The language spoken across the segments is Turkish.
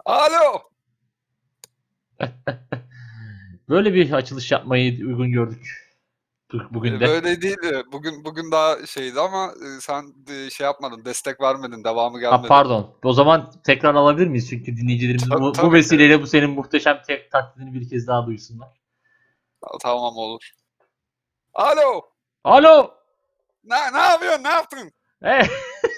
Alo. Böyle bir açılış yapmayı uygun gördük bugün de. Böyle değildi. Bugün daha şeydi ama sen şey yapmadın, destek vermedin, devamı gelmedi. Pardon. O zaman tekrar alabilir miyiz? Çünkü dinleyicilerimiz bu Tabii ki. vesileyle bu senin muhteşem taklidini bir kez daha duysunlar. Tamam olur. Alo. Alo. Ne yapıyorsun? Ne yaptın? Eh,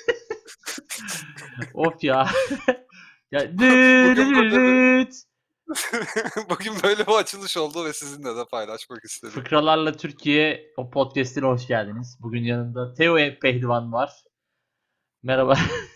Of ya. Ya Bugün böyle bir dırırırırt. bugün böyle bir açılış oldu ve sizinle de paylaşmak istedik. Fıkralarla Türkiye o podcast'ine hoş geldiniz. Bugün yanında Teo Pehlivan var. Merhaba.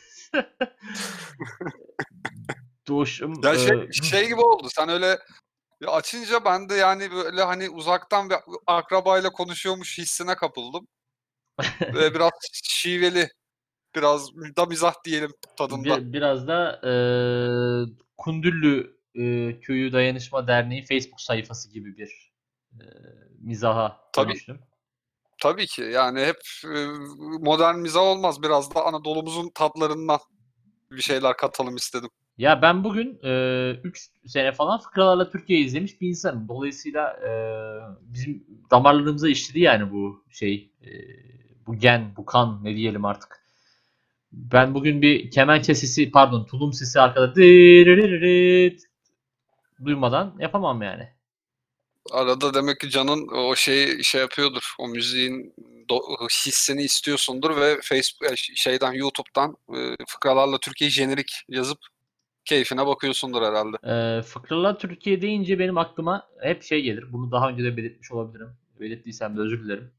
Doğuşum. Ya şey gibi oldu. Sen öyle açınca ben de yani böyle hani uzaktan bir akrabayla konuşuyormuş hissine kapıldım. Ve biraz şiveli, biraz da mizah diyelim tadında. Biraz da Kundüllü Köyü Dayanışma Derneği Facebook sayfası gibi bir eee, mizaha Tabii dönüştüm. tabii ki yani hep modern mizah olmaz. Biraz da Anadolu'muzun tatlarından bir şeyler katalım istedim. Ya ben bugün 3 sene falan Fıkralarla Türkiye izlemiş bir insanım. Dolayısıyla bizim damarlarımıza işledi yani bu şey, bu gen, bu kan ne diyelim artık. Ben bugün bir kemençe sesi, pardon tulum sesi arkada dırırırırt duymadan yapamam yani. Arada demek ki canın o şey yapıyordur. O müziğin hissini istiyorsundur ve Facebook şeyden YouTube'dan fıkralarla Türkiye jenerik yazıp keyfine bakıyorsundur herhalde. Fıkralar Türkiye deyince benim aklıma hep şey gelir. Bunu daha önce de belirtmiş olabilirim. Belirttiysem de özür dilerim.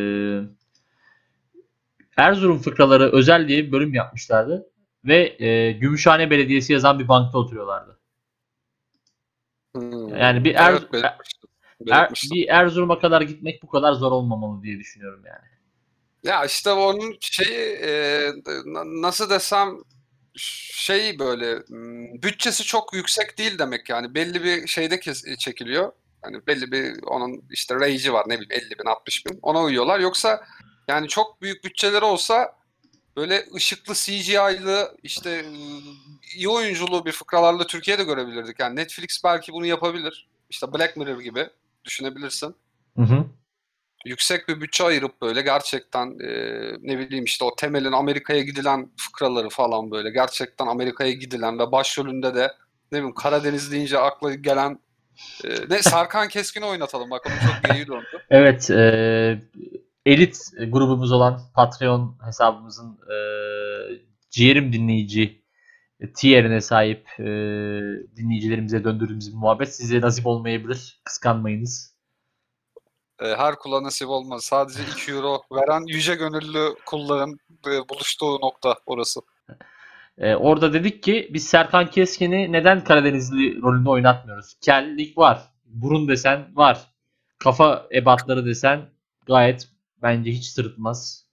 Erzurum fıkraları özel diye bir bölüm yapmışlardı. Ve Gümüşhane Belediyesi yazan bir bankta oturuyorlardı. Yani Evet belirtmiştim. Belirtmiştim. Bir Erzurum'a kadar gitmek bu kadar zor olmamalı diye düşünüyorum yani. Ya işte onun şeyi nasıl desem şey böyle bütçesi çok yüksek değil demek yani belli bir şeyde çekiliyor. Hani belli bir onun işte range'i var ne bileyim 50 bin 60 bin ona uyuyorlar. Yoksa yani çok büyük bütçeleri olsa böyle ışıklı CGI'lı işte iyi oyunculu bir fıkralarla Türkiye'de görebilirdik. Yani Netflix belki bunu yapabilir. İşte Black Mirror gibi düşünebilirsin. Hı hı. Yüksek bir bütçe ayırıp böyle gerçekten ne bileyim işte o temelin Amerika'ya gidilen fıkraları falan böyle gerçekten Amerika'ya gidilen ve başrolünde de ne bileyim Karadeniz deyince akla gelen ne Serkan Keskin'i oynatalım bak onun çok geyiği döndü. Evet, elit grubumuz olan Patreon hesabımızın ciğerim dinleyici tier'ine sahip dinleyicilerimize döndürdüğümüz bir muhabbet size nasip olmayabilir. Kıskanmayınız. Her kula nasip olmaz. Sadece 2 euro veren yüce gönüllü kulların buluştuğu nokta orası. Orada dedik ki biz Serkan Keskin'i neden Karadenizli rolünde oynatmıyoruz? Kellik var. Burun desen var. Kafa ebatları desen gayet bence hiç sırıtmaz.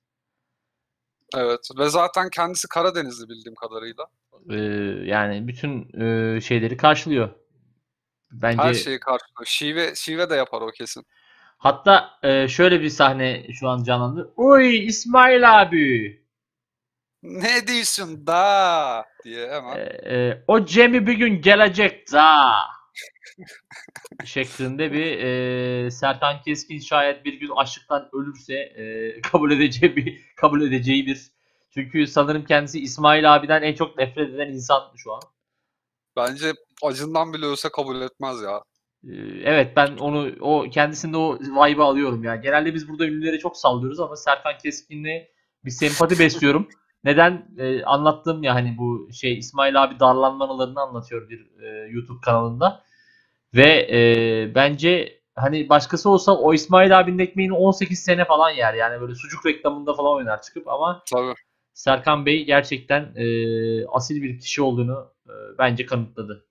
Evet ve zaten kendisi Karadenizli bildiğim kadarıyla. Ee, Yani bütün şeyleri karşılıyor. Her Bence şeyi karşılıyor. Şive de yapar o kesin. hatta şöyle bir sahne şu an canlandı. Uy İsmail abi. Ne diyorsun da diye hemen. O Cem'i bir gün gelecek da şeklinde bir Serkan Keskin şayet bir gün açlıktan ölürse kabul edeceği bir çünkü sanırım kendisi İsmail abiden en çok nefret eden insan şu an. Bence acından bile ölse kabul etmez ya. Evet ben o kendisinde o vibe'ı alıyorum ya. Genelde biz burada ünlüleri çok sallıyoruz ama Serkan Keskin'le bir sempati besliyorum. Neden? Anlattım ya hani bu şey İsmail abi darlanmalarını anlatıyor bir YouTube kanalında. Ve bence hani başkası olsa o İsmail abinin ekmeğini 18 sene falan yer. Yani böyle sucuk reklamında falan oynar çıkıp ama Tabii. Serkan Bey gerçekten asil bir kişi olduğunu bence kanıtladı.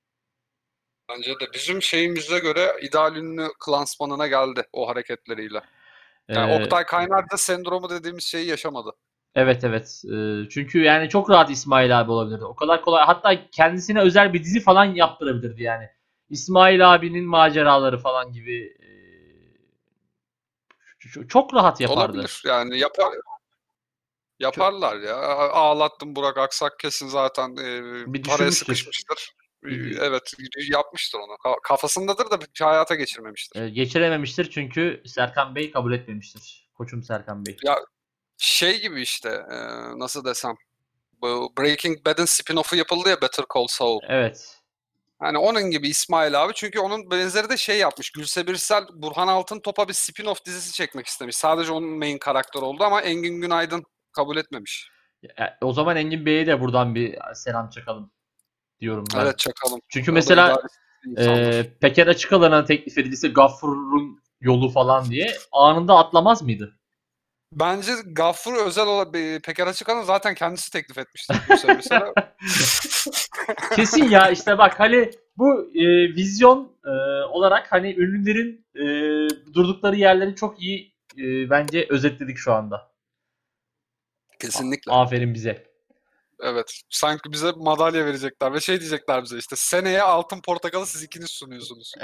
Bence de bizim şeyimize göre ideal ünlü klansmanına geldi o hareketleriyle. Yani E, Oktay Kaynarca sendromu dediğimiz şeyi yaşamadı. evet evet. Çünkü yani çok rahat İsmail abi olabilirdi. O kadar kolay. Hatta kendisine özel bir dizi falan yaptırabilirdi yani. İsmail abinin maceraları falan gibi çok rahat yapardı. Olabilir yani Yaparlar ya. Ağlattım Burak Aksak kesin zaten Bir paraya düşünmüştür. sıkışmıştır. Bir, Evet yapmıştır onu. Kafasındadır da bir hayata geçirmemiştir. geçirememiştir çünkü Serkan Bey kabul etmemiştir. Koçum Serkan Bey. Ya şey gibi işte nasıl desem bu Breaking Bad'in spin-off'u yapıldı ya Better Call Saul. Evet. Hani onun gibi İsmail abi çünkü onun benzeri de şey yapmış. Gülse Birsel Burhan Altıntop'a bir spin-off dizisi çekmek istemiş. Sadece onun main karakter oldu ama Engin Günaydın kabul etmemiş. O zaman Engin Bey'e de buradan bir selam çakalım diyorum ben. Evet çakalım. Çünkü O da mesela idaresi bir insandır. Peker Açıkalan'a teklif edilse Gaffur'un yolu falan diye anında atlamaz mıydı? Bence Gaffur özel olarak Peker Açıkhan'ı zaten kendisi teklif etmiştir Gülse Birsel'e. Kesin ya işte bak hani bu vizyon olarak hani ünlülerin durdukları yerleri çok iyi bence özetledik şu anda. Kesinlikle. Aferin bize. Evet. Sanki bize madalya verecekler ve şey diyecekler bize işte seneye altın portakalı siz ikiniz sunuyorsunuz.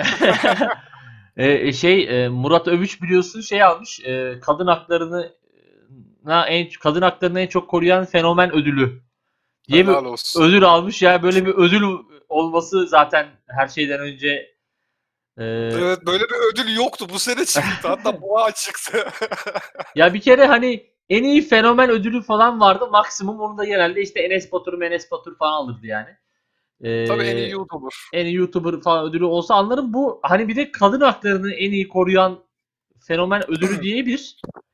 Murat Övüç biliyorsun şey almış kadın haklarını en çok koruyan fenomen ödülü diye bir Helal olsun. ödül almış. Yani böyle bir ödül olması zaten her şeyden önce e, Evet böyle bir ödül yoktu. Bu sene çıktı. Hatta boğa çıktı. ya bir kere hani en iyi fenomen ödülü falan vardı. Maksimum onu da genelde işte Enes Batur falan alırdı yani. Tabii en iyi Ee, YouTuber. en iyi YouTuber falan ödülü olsa anlarım. Bu hani bir de kadın haklarını en iyi koruyan fenomen ödülü diye bir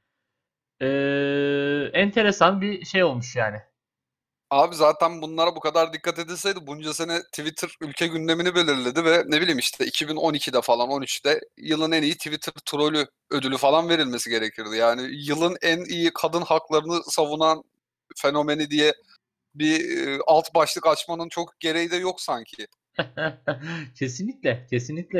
enteresan bir şey olmuş yani. Abi zaten bunlara bu kadar dikkat edilseydi bunca sene Twitter ülke gündemini belirledi ve ne bileyim işte 2012'de falan 13'te yılın en iyi Twitter trolü ödülü falan verilmesi gerekirdi. Yani yılın en iyi kadın haklarını savunan fenomeni diye bir alt başlık açmanın çok gereği de yok sanki. Kesinlikle, kesinlikle.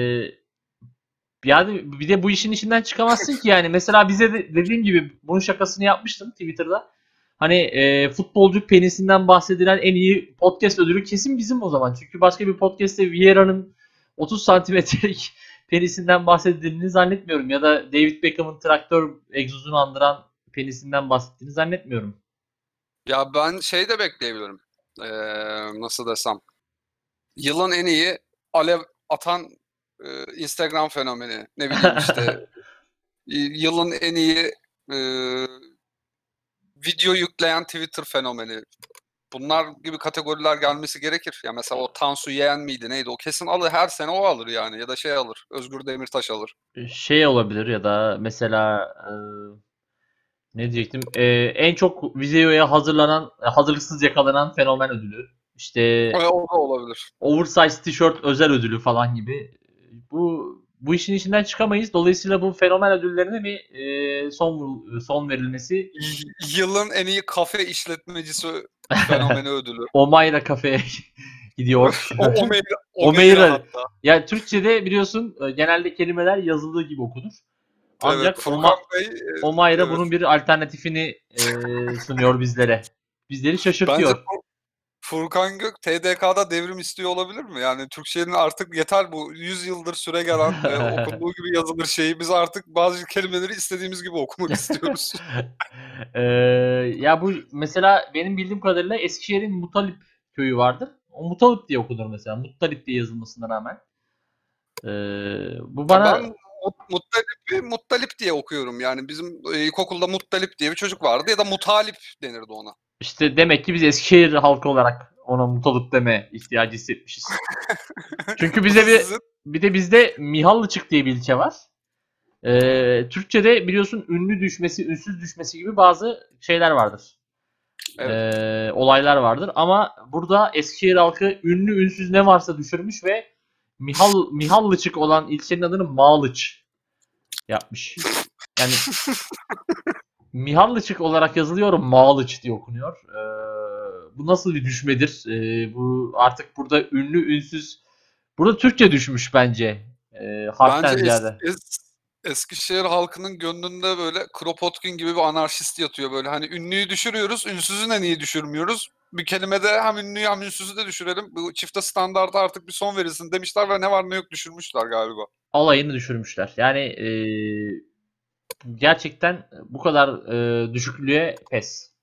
Yani bir de bu işin içinden çıkamazsın ki yani. Mesela bize de dediğim gibi bunun şakasını yapmıştım Twitter'da. Hani futbolcu penisinden bahsedilen en iyi podcast ödülü kesin bizim o zaman. Çünkü başka bir podcast'te Vieira'nın 30 santimetrelik penisinden bahsedildiğini zannetmiyorum. Ya da David Beckham'ın traktör egzozunu andıran penisinden bahsettiğini zannetmiyorum. Ya ben şey de bekleyebilirim. Nasıl desem. Yılın en iyi alev atan Instagram fenomeni. Ne bileyim işte yılın en iyi e, video yükleyen Twitter fenomeni. Bunlar gibi kategoriler gelmesi gerekir. Ya mesela o Tansu Yeğen miydi neydi? O kesin alır. Her sene o alır yani. Ya da şey alır. Özgür Demirtaş alır. Şey olabilir ya da mesela ne diyecektim? En çok videoya hazırlıksız yakalanan fenomen ödülü. İşte O da olabilir. oversize tişört özel ödülü falan gibi. Bu işin içinden çıkamayız. Dolayısıyla bu fenomen ödüllerine bir son verilmesi. Yılın en iyi kafe işletmecisi fenomeni ödülü. Omayra kafeye gidiyor. Omeira Omeira. hatta. Ya Türkçe'de biliyorsun genelde kelimeler yazıldığı gibi okunur. Evet, Ancak Furkan Bey Omayra evet. bunun bir alternatifini sunuyor bizlere. Bizleri Bence şaşırtıyor. Furkan Gök TDK'da devrim istiyor olabilir mi? Yani Türkçenin artık yeter bu 100 yıldır süre gelen okunduğu gibi yazılır şeyi. Biz artık bazı kelimeleri istediğimiz gibi okumak istiyoruz. Eee, ya bu mesela benim bildiğim kadarıyla Eskişehir'in Mutalip köyü vardır. O Mutalip diye okunur mesela. Muttalip diye yazılmasına rağmen. Bu Ya ben bana Muttalip diye okuyorum. Yani bizim ilkokulda Muttalip diye bir çocuk vardı ya da Mutalip denirdi ona. işte demek ki biz Eskişehir halkı olarak ona Mutalip deme ihtiyacı hissetmişiz. Çünkü Bu bize sizin bir de bizde Mihallıçık diye bir ilçe var. Türkçe'de biliyorsun ünlü düşmesi, ünsüz düşmesi gibi bazı şeyler vardır. evet. Olaylar vardır. Ama burada Eskişehir halkı ünlü ünsüz ne varsa düşürmüş ve Mihallıçık olan ilçenin adını Mağlıç yapmış. Yani Mihallıçık olarak yazılıyor, Mağlıç diye okunuyor. Bu nasıl bir düşmedir? Bu artık burada ünlü ünsüz burada Türkçe düşmüş bence. Bence Harften ziyade. Eskişehir halkının gönlünde böyle Kropotkin gibi bir anarşist yatıyor böyle. Hani ünlüyü düşürüyoruz, ünsüzü de niye düşürmüyoruz? Bir kelimede hem ünlüyü hem ünsüzü de düşürelim. Bu çifte standarda artık bir son verilsin demişler ve ne var ne yok düşürmüşler galiba. Alayını düşürmüşler. Yani gerçekten bu kadar düşüklüğe pes.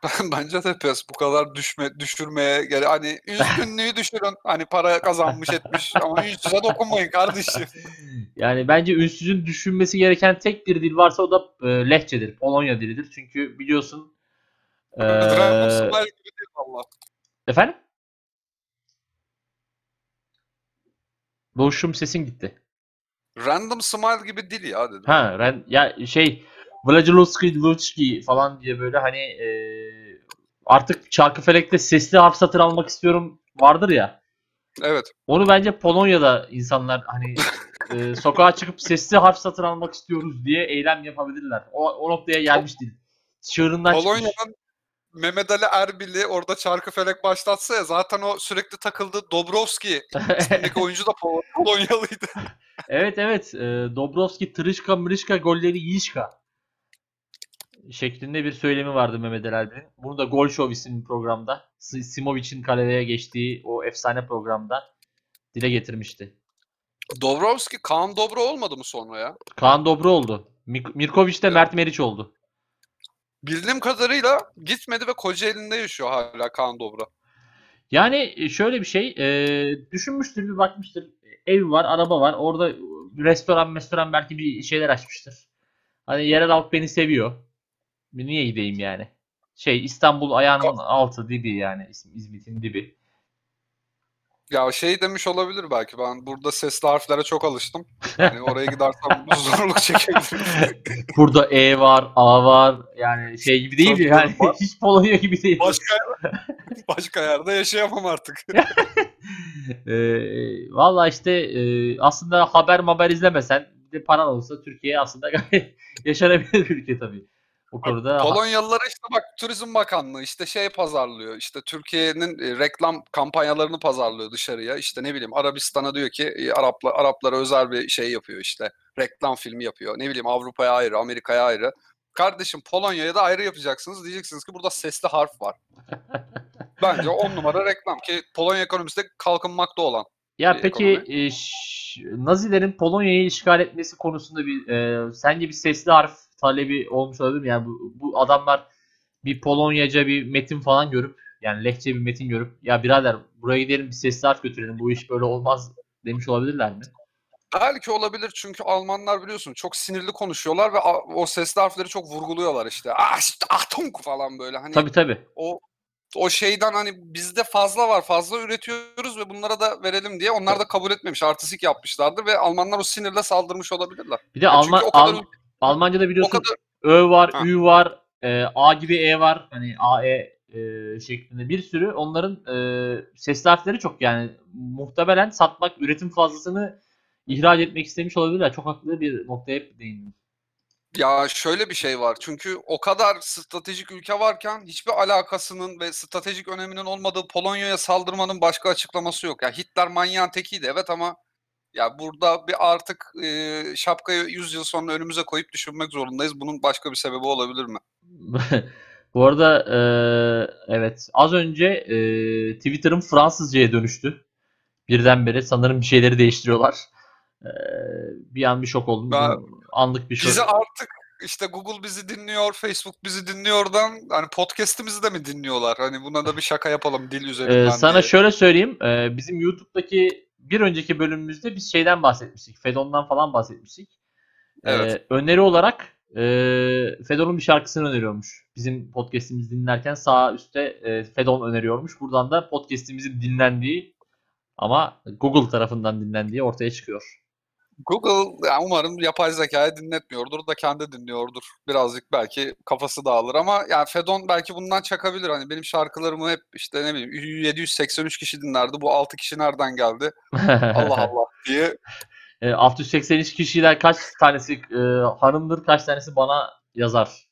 Bence de pes. Bu kadar düşürmeye gerek. Hani üzgünlüğü düşürün. Hani para kazanmış etmiş ama ünsüze dokunmayın kardeşim. Yani bence ünsüzün düşünmesi gereken tek bir dil varsa o da Lehçedir. Polonya dilidir. Çünkü biliyorsun e, Random Smile gibi değil valla. efendim? Doğuşum sesin gitti. Random Smile gibi değil ya dedim. Ha, ya şey Vladilovski Luchki falan diye böyle hani artık Çarkıfelek'te sesli harf satın almak istiyorum vardır ya. Evet. Onu bence Polonya'da insanlar hani sokağa çıkıp sesli harf satın almak istiyoruz diye eylem yapabilirler. O noktaya Po- gelmiş değil. Çığırından çıkmış. Polonya'nın Mehmet Ali Erbil'i orada Çarkıfelek başlatsa ya zaten o sürekli takıldığı Dobrovski ismindeki oyuncu da Polonyalıydı. Evet evet. Dobrovski Tırışka Mırışka golleri Yişka şeklinde bir söylemi vardı Mehmet Ali Erbil'in. Bunu da Gol Show isimli programda Simovic'in kaleye geçtiği o efsane programda dile getirmişti. Dobrovski Kaan Dobro olmadı mı sonra ya? Kaan Dobro oldu. Mirkovic de Ya Mert Meriç oldu. bildiğim kadarıyla gitmedi ve Kocaeli'nde yaşıyor hala Kaan Dobro. Yani şöyle bir şey, düşünmüştür, bir bakmıştır. Ev var, araba var. Orada restoran belki bir şeyler açmıştır. Hani yerel halk beni seviyor. Niye gideyim yani? Şey İstanbul ayağının altı dibi yani İzmit'in dibi. Ya şey demiş olabilir belki ben burada sesli harflere çok alıştım. Hani oraya gidersem zorluk çekebilirim. Burada E var, A var. Yani şey gibi değil Tabii yani canım. hiç Polonya gibi değil burası. Başka başka yerde yaşayamam artık. Valla işte aslında haber izlemesen bir de paran olsa Türkiye aslında gayet yaşanabilir bir ülke tabii. O Bak, konuda Polonyalılara işte bak Turizm Bakanlığı işte şey pazarlıyor. İşte Türkiye'nin reklam kampanyalarını pazarlıyor dışarıya. İşte ne bileyim Arabistan'a diyor ki Araplara özel bir şey yapıyor işte. Reklam filmi yapıyor. Ne bileyim Avrupa'ya ayrı, Amerika'ya ayrı. Kardeşim Polonya'ya da ayrı yapacaksınız. Diyeceksiniz ki burada sesli harf var. Bence 10 numara reklam ki Polonya ekonomisi de kalkınmakta olan ya bir peki ekonomi. Nazilerin Polonya'yı işgal etmesi konusunda bir sence bir sesli harf talebi olmuş olabilir mi? Yani bu adamlar bir Polonyaca bir metin falan görüp yani lehçe bir metin görüp ya birader buraya gidelim bir sesli harf götürelim bu iş böyle olmaz demiş olabilirler mi? Belki olabilir çünkü Almanlar biliyorsun çok sinirli konuşuyorlar ve o sesli harfleri çok vurguluyorlar işte. Ah işte Achtung falan böyle hani Tabii tabii. o o şeyden hani bizde fazla var, fazla üretiyoruz ve bunlara da verelim diye onlar da kabul etmemiş, artistik yapmışlardır ve Almanlar o sinirle saldırmış olabilirler. Bir de Ya çünkü Almanca'da o biliyorsun kadar Ö var, ha. Ü var, A gibi E var. Hani A, E şeklinde bir sürü. Onların sesli harfleri çok yani. Muhtemelen satmak, üretim fazlasını ihraç etmek istemiş olabilirler. Çok haklı bir noktaya değindin. Ya şöyle bir şey var. Çünkü o kadar stratejik ülke varken hiçbir alakasının ve stratejik öneminin olmadığı Polonya'ya saldırmanın başka açıklaması yok. Ya Hitler manyağın tekiydi evet ama ya burada bir artık şapkayı 100 yıl sonra önümüze koyup düşünmek zorundayız. Bunun başka bir sebebi olabilir mi? Bu arada evet az önce Twitter'ım Fransızca'ya dönüştü. Birdenbire sanırım bir şeyleri değiştiriyorlar. E, Bir an bir şok oldum. Ben Bu anlık bir şok. bizi artık işte Google bizi dinliyor, Facebook bizi dinliyordan hani podcast'imizi de mi dinliyorlar? Hani buna da bir şaka yapalım dil üzerinden Sana diye. şöyle söyleyeyim. Bizim YouTube'daki bir önceki bölümümüzde biz şeyden bahsetmiştik. Fedon'dan falan bahsetmiştik. Evet. Öneri olarak Fedon'un bir şarkısını öneriyormuş. Bizim podcast'imizi dinlerken sağ üstte Fedon öneriyormuş. Buradan da podcast'imizin dinlendiği ama Google tarafından dinlendiği ortaya çıkıyor. Google yani umarım yapay zekayı dinletmiyordur da kendi dinliyordur. Birazcık belki kafası dağılır ama yani Fedon belki bundan çakabilir. Hani benim şarkılarımı hep işte ne bileyim 783 kişi dinlerdi. Bu 6 kişi nereden geldi? Allah Allah diye. 683 kişiler kaç tanesi hanımdır, kaç tanesi bana yazar.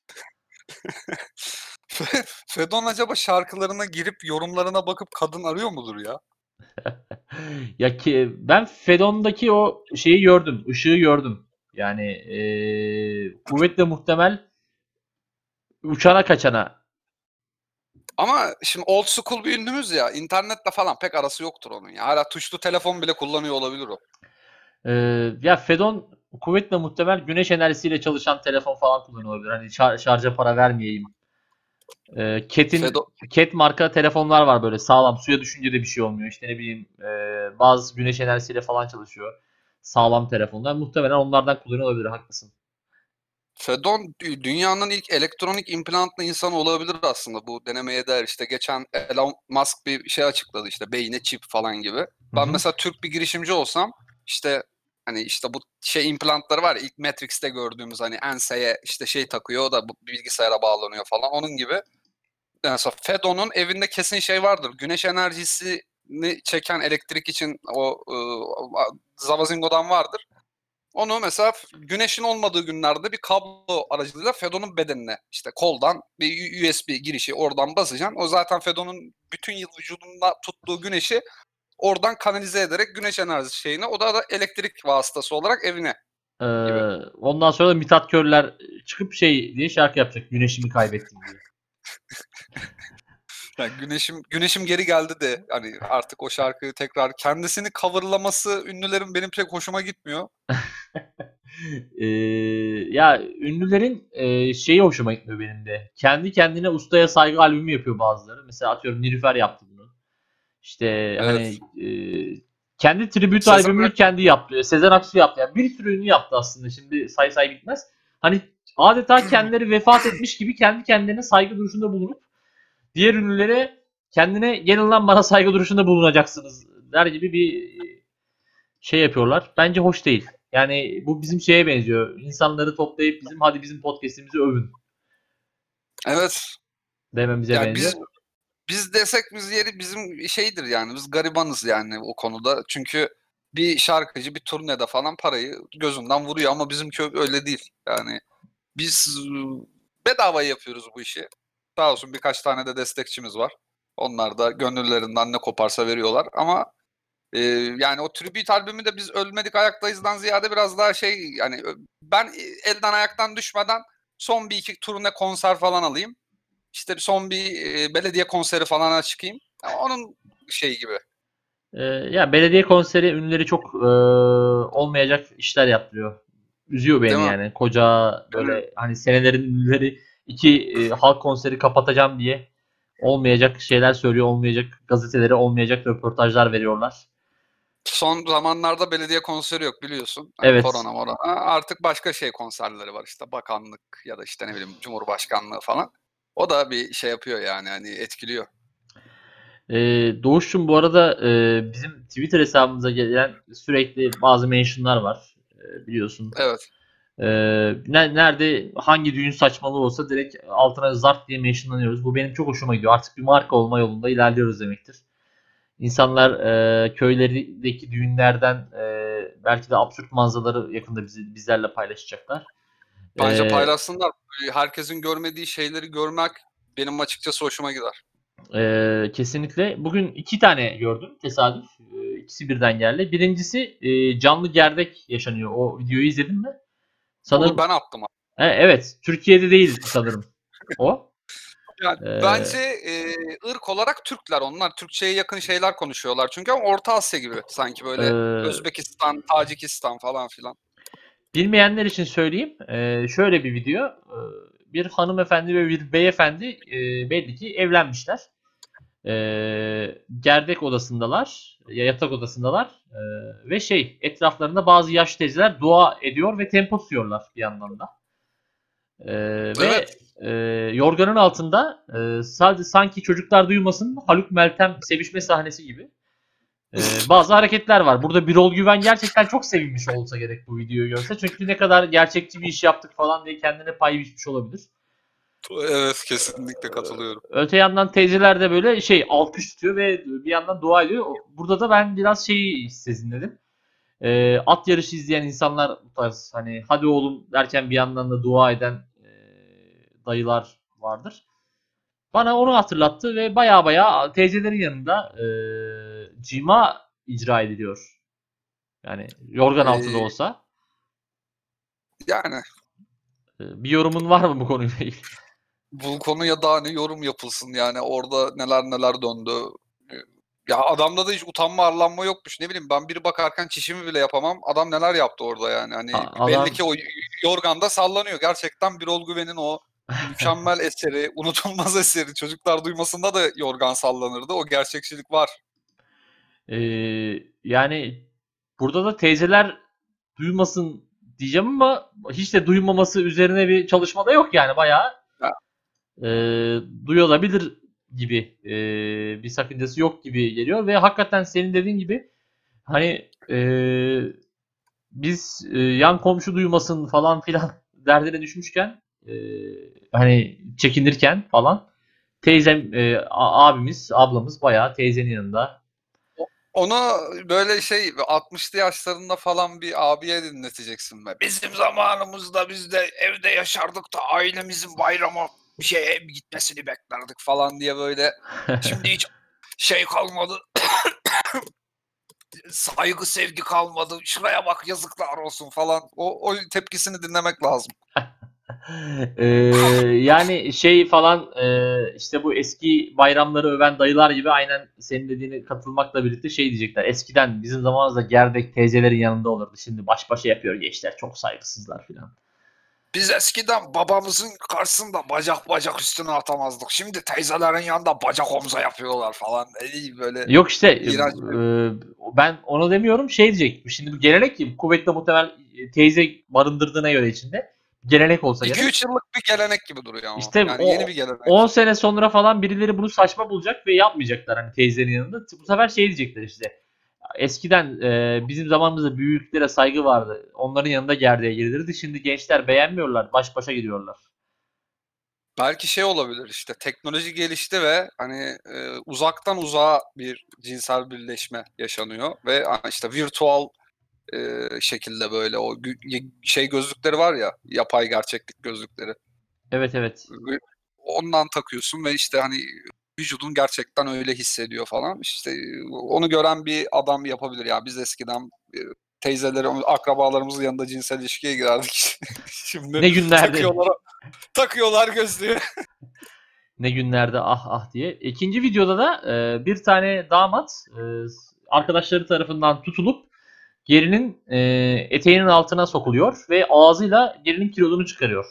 Fedon acaba şarkılarına girip yorumlarına bakıp kadın arıyor mudur ya? Ya ki ben Fedon'daki o şeyi gördüm, ışığı gördüm. Yani kuvvetle muhtemel uçana kaçana. Ama şimdi old school bir ünlümüz ya. İnternetle falan pek arası yoktur onun ya. Hala tuşlu telefon bile kullanıyor olabilir o. Ya Fedon kuvvetle muhtemel güneş enerjisiyle çalışan telefon falan kullanıyor olabilir. Hani şarja para vermeyeyim Fedo Cat marka telefonlar var böyle sağlam. Suya düşünce de bir şey olmuyor. İşte ne bileyim bazı güneş enerjisiyle falan çalışıyor. Sağlam telefonlar. Muhtemelen onlardan kullanıyor olabilir. Haklısın. Fedon dünyanın ilk elektronik implantlı insanı olabilir aslında. Bu denemeye değer. İşte geçen Elon Musk bir şey açıkladı, işte beyine çip falan gibi. Hı Ben hı. mesela Türk bir girişimci olsam, işte hani işte bu şey implantları var ya, ilk Matrix'te gördüğümüz, hani enseye işte şey takıyor, o da bu bilgisayara bağlanıyor falan, onun gibi. Mesela Fedon'un evinde kesin şey vardır. Güneş enerjisini çeken elektrik için o Zavazingo'dan vardır. Onu mesela güneşin olmadığı günlerde bir kablo aracılığıyla Fedon'un bedenine, işte koldan bir USB girişi, oradan basacaksın. O zaten Fedon'un bütün yıl vücudunda tuttuğu güneşi oradan kanalize ederek güneş enerjisi şeyine, o da elektrik vasıtası olarak evine Ee, gibi. Ondan sonra da Mithat Körler çıkıp şey diye şarkı yapacak. Güneşimi kaybettim diye. Yani güneşim geri geldi de, hani artık o şarkıyı tekrar kendisini coverlaması ünlülerin benim pek hoşuma gitmiyor. Ee, Ya ünlülerin şeyi hoşuma gitmiyor benim de. Kendi kendine ustaya saygı albümü yapıyor bazıları. Mesela atıyorum Nilüfer yaptı bunu. İşte Evet. hani kendi tribüt Sezen albümünü Aksu. kendi yaptı. Sezen Aksu yaptı. Yani bir sürü ünlü yaptı aslında. Şimdi say bitmez. Hani adeta kendileri vefat etmiş gibi kendi kendine saygı duruşunda bulunup diğer ünlülere kendine gelin lan bana saygı duruşunda bulunacaksınız der gibi bir şey yapıyorlar. Bence hoş değil. Yani bu bizim şeye benziyor. İnsanları toplayıp bizim podcast'imizi övün Evet. dememize Yani benziyor. biz desek, biz yeri bizim şeydir yani, biz garibanız yani o konuda. Çünkü bir şarkıcı bir turnede falan parayı gözünden vuruyor, ama bizim köy öyle değil. Yani biz bedava yapıyoruz bu işi. Sağ olsun birkaç tane de destekçimiz var. Onlar da gönüllerinden ne koparsa veriyorlar, ama yani o tribute albümü de biz ölmedik ayaktayızdan ziyade biraz daha şey yani, ben elden ayaktan düşmeden son bir iki turne konser falan alayım. İşte son bir belediye konseri falan çıkayım. Ya onun şey gibi. Ya belediye konseri ünlüleri çok olmayacak işler yaptırıyor. Üzüyor Değil beni mi? yani. Koca Yani böyle hani senelerin ünlüleri iki halk konseri kapatacağım diye olmayacak şeyler söylüyor. Olmayacak gazetelere olmayacak röportajlar veriyorlar. son zamanlarda belediye konseri yok, biliyorsun. Hani Evet. korona morona. Artık başka şey konserleri var, işte bakanlık ya da işte ne bileyim Cumhurbaşkanlığı falan. O da bir şey yapıyor yani, hani etkiliyor. Doğuş'cum bu arada bizim Twitter hesabımıza gelen sürekli bazı mentionlar var. Biliyorsun. Evet. Ee, Nerede hangi düğün saçmalığı olsa direkt altına zart diye mentionlanıyoruz. Bu benim çok hoşuma gidiyor. Artık bir marka olma yolunda ilerliyoruz demektir. İnsanlar köylerindeki düğünlerden belki de absürt manzaraları yakında bizlerle paylaşacaklar. Bence E, paylaşsınlar. Herkesin görmediği şeyleri görmek benim açıkçası hoşuma gider. Kesinlikle. Bugün iki tane gördüm tesadüf. İkisi birden geldi. Birincisi canlı gerdek yaşanıyor. O videoyu izledin mi? Onu Sanırım ben attım. evet. Türkiye'de değil sanırım o. Yani bence E, ırk olarak Türkler onlar. Türkçe'ye yakın şeyler konuşuyorlar. Çünkü ama Orta Asya gibi sanki, böyle e, Özbekistan, Tacikistan falan filan. Bilmeyenler için söyleyeyim. Şöyle bir video. Bir hanımefendi ve bir beyefendi belli ki evlenmişler. Gerdek odasındalar. Yatak odasındalar. Ve şey etraflarında bazı yaş teyzeler dua ediyor ve tempo tutuyorlar bir yandan da. Evet. Ve yorganın altında sadece sanki çocuklar duymasın Haluk Meltem sevişme sahnesi gibi bazı hareketler var. Burada Birol Güven gerçekten çok sevinmiş olsa gerek bu videoyu görse. Çünkü ne kadar gerçekçi bir iş yaptık falan diye kendine pay biçmiş olabilir. Evet, kesinlikle katılıyorum. Öte yandan teyzeler de böyle şey alkış tutuyor ve bir yandan dua ediyor. Burada da ben biraz şeyi sezinledim. At yarışı izleyen insanlar bu tarz hani hadi oğlum derken bir yandan da dua eden dayılar vardır. Bana onu hatırlattı ve baya baya teyzelerin yanında cima icra ediliyor. Yani yorgan altı da E, olsa. Yani Bir yorumun var mı bu konuyla ilgili? bu konuya daha ne yorum yapılsın, yani orada neler neler döndü. E, Ya adamda da hiç utanma arlanma yokmuş. Ne bileyim, ben biri bakarken çişimi bile yapamam. Adam neler yaptı orada yani. Hani belli Adam ki o yorganda sallanıyor. Gerçekten Birol Güven'in o mükemmel eseri, unutulmaz eseri çocuklar duymasında da yorgan sallanırdı. O gerçekçilik var. Yani burada da teyzeler duymasın diyeceğim ama hiç de duymaması üzerine bir çalışma da yok yani bayağı Ya, duyulabilir gibi bir sakıncası yok gibi geliyor ve hakikaten senin dediğin gibi hani biz yan komşu duymasın falan filan derdine düşmüşken hani çekinirken falan teyzem abimiz ablamız bayağı teyzenin yanında. onu böyle 60'lı yaşlarında falan bir abiye dinleteceksin be. Bizim zamanımızda biz de evde yaşardık da ailemizin bayramı bir şeye gitmesini beklerdik falan diye böyle. Şimdi hiç kalmadı. Saygı sevgi kalmadı. Şuraya bak yazıklar olsun falan. O tepkisini dinlemek lazım. Eee, Yani şey falan işte bu eski bayramları öven dayılar gibi aynen senin dediğine katılmakla birlikte şey diyecekler. Eskiden bizim zamanımızda gerdek teyzelerin yanında olurdu. Şimdi baş başa yapıyor gençler. Çok saygısızlar filan. Biz eskiden babamızın karşısında bacak bacak üstüne atamazdık. Şimdi teyzelerin yanında bacak omza yapıyorlar falan. Böyle Yok işte iğrenç. ben onu demiyorum şey diyecek. Şimdi bu gelenek ki kuvvetle muhtemel teyze barındırdığına göre içinde gelenek olsa gerek. 2-3 yıllık bir gelenek gibi duruyor ama. İşte Yani yeni o bir gelenek. 10 sene sonra falan birileri bunu saçma bulacak ve yapmayacaklar hani teyzenin yanında. Bu sefer şey diyecekler işte. Eskiden bizim zamanımızda büyüklere saygı vardı. Onların yanında gerdeğe girilirdi. Şimdi gençler beğenmiyorlar. Baş başa gidiyorlar. Belki olabilir işte teknoloji gelişti ve hani uzaktan uzağa bir cinsel birleşme yaşanıyor ve işte virtual şekilde böyle o gözlükleri var ya, yapay gerçeklik gözlükleri. Evet evet. Ondan takıyorsun ve işte hani vücudun gerçekten öyle hissediyor falan. İşte onu gören bir adam yapabilir ya. Biz eskiden akrabalarımızın yanında cinsel ilişkiye girerdik. Şimdi Ne günlerdi. takıyorlar gözlüğü. Ne günlerde ah ah diye. İkinci videoda da bir tane damat arkadaşları tarafından tutulup gerinin eteğinin altına sokuluyor ve ağzıyla gerinin kilodunu çıkarıyor.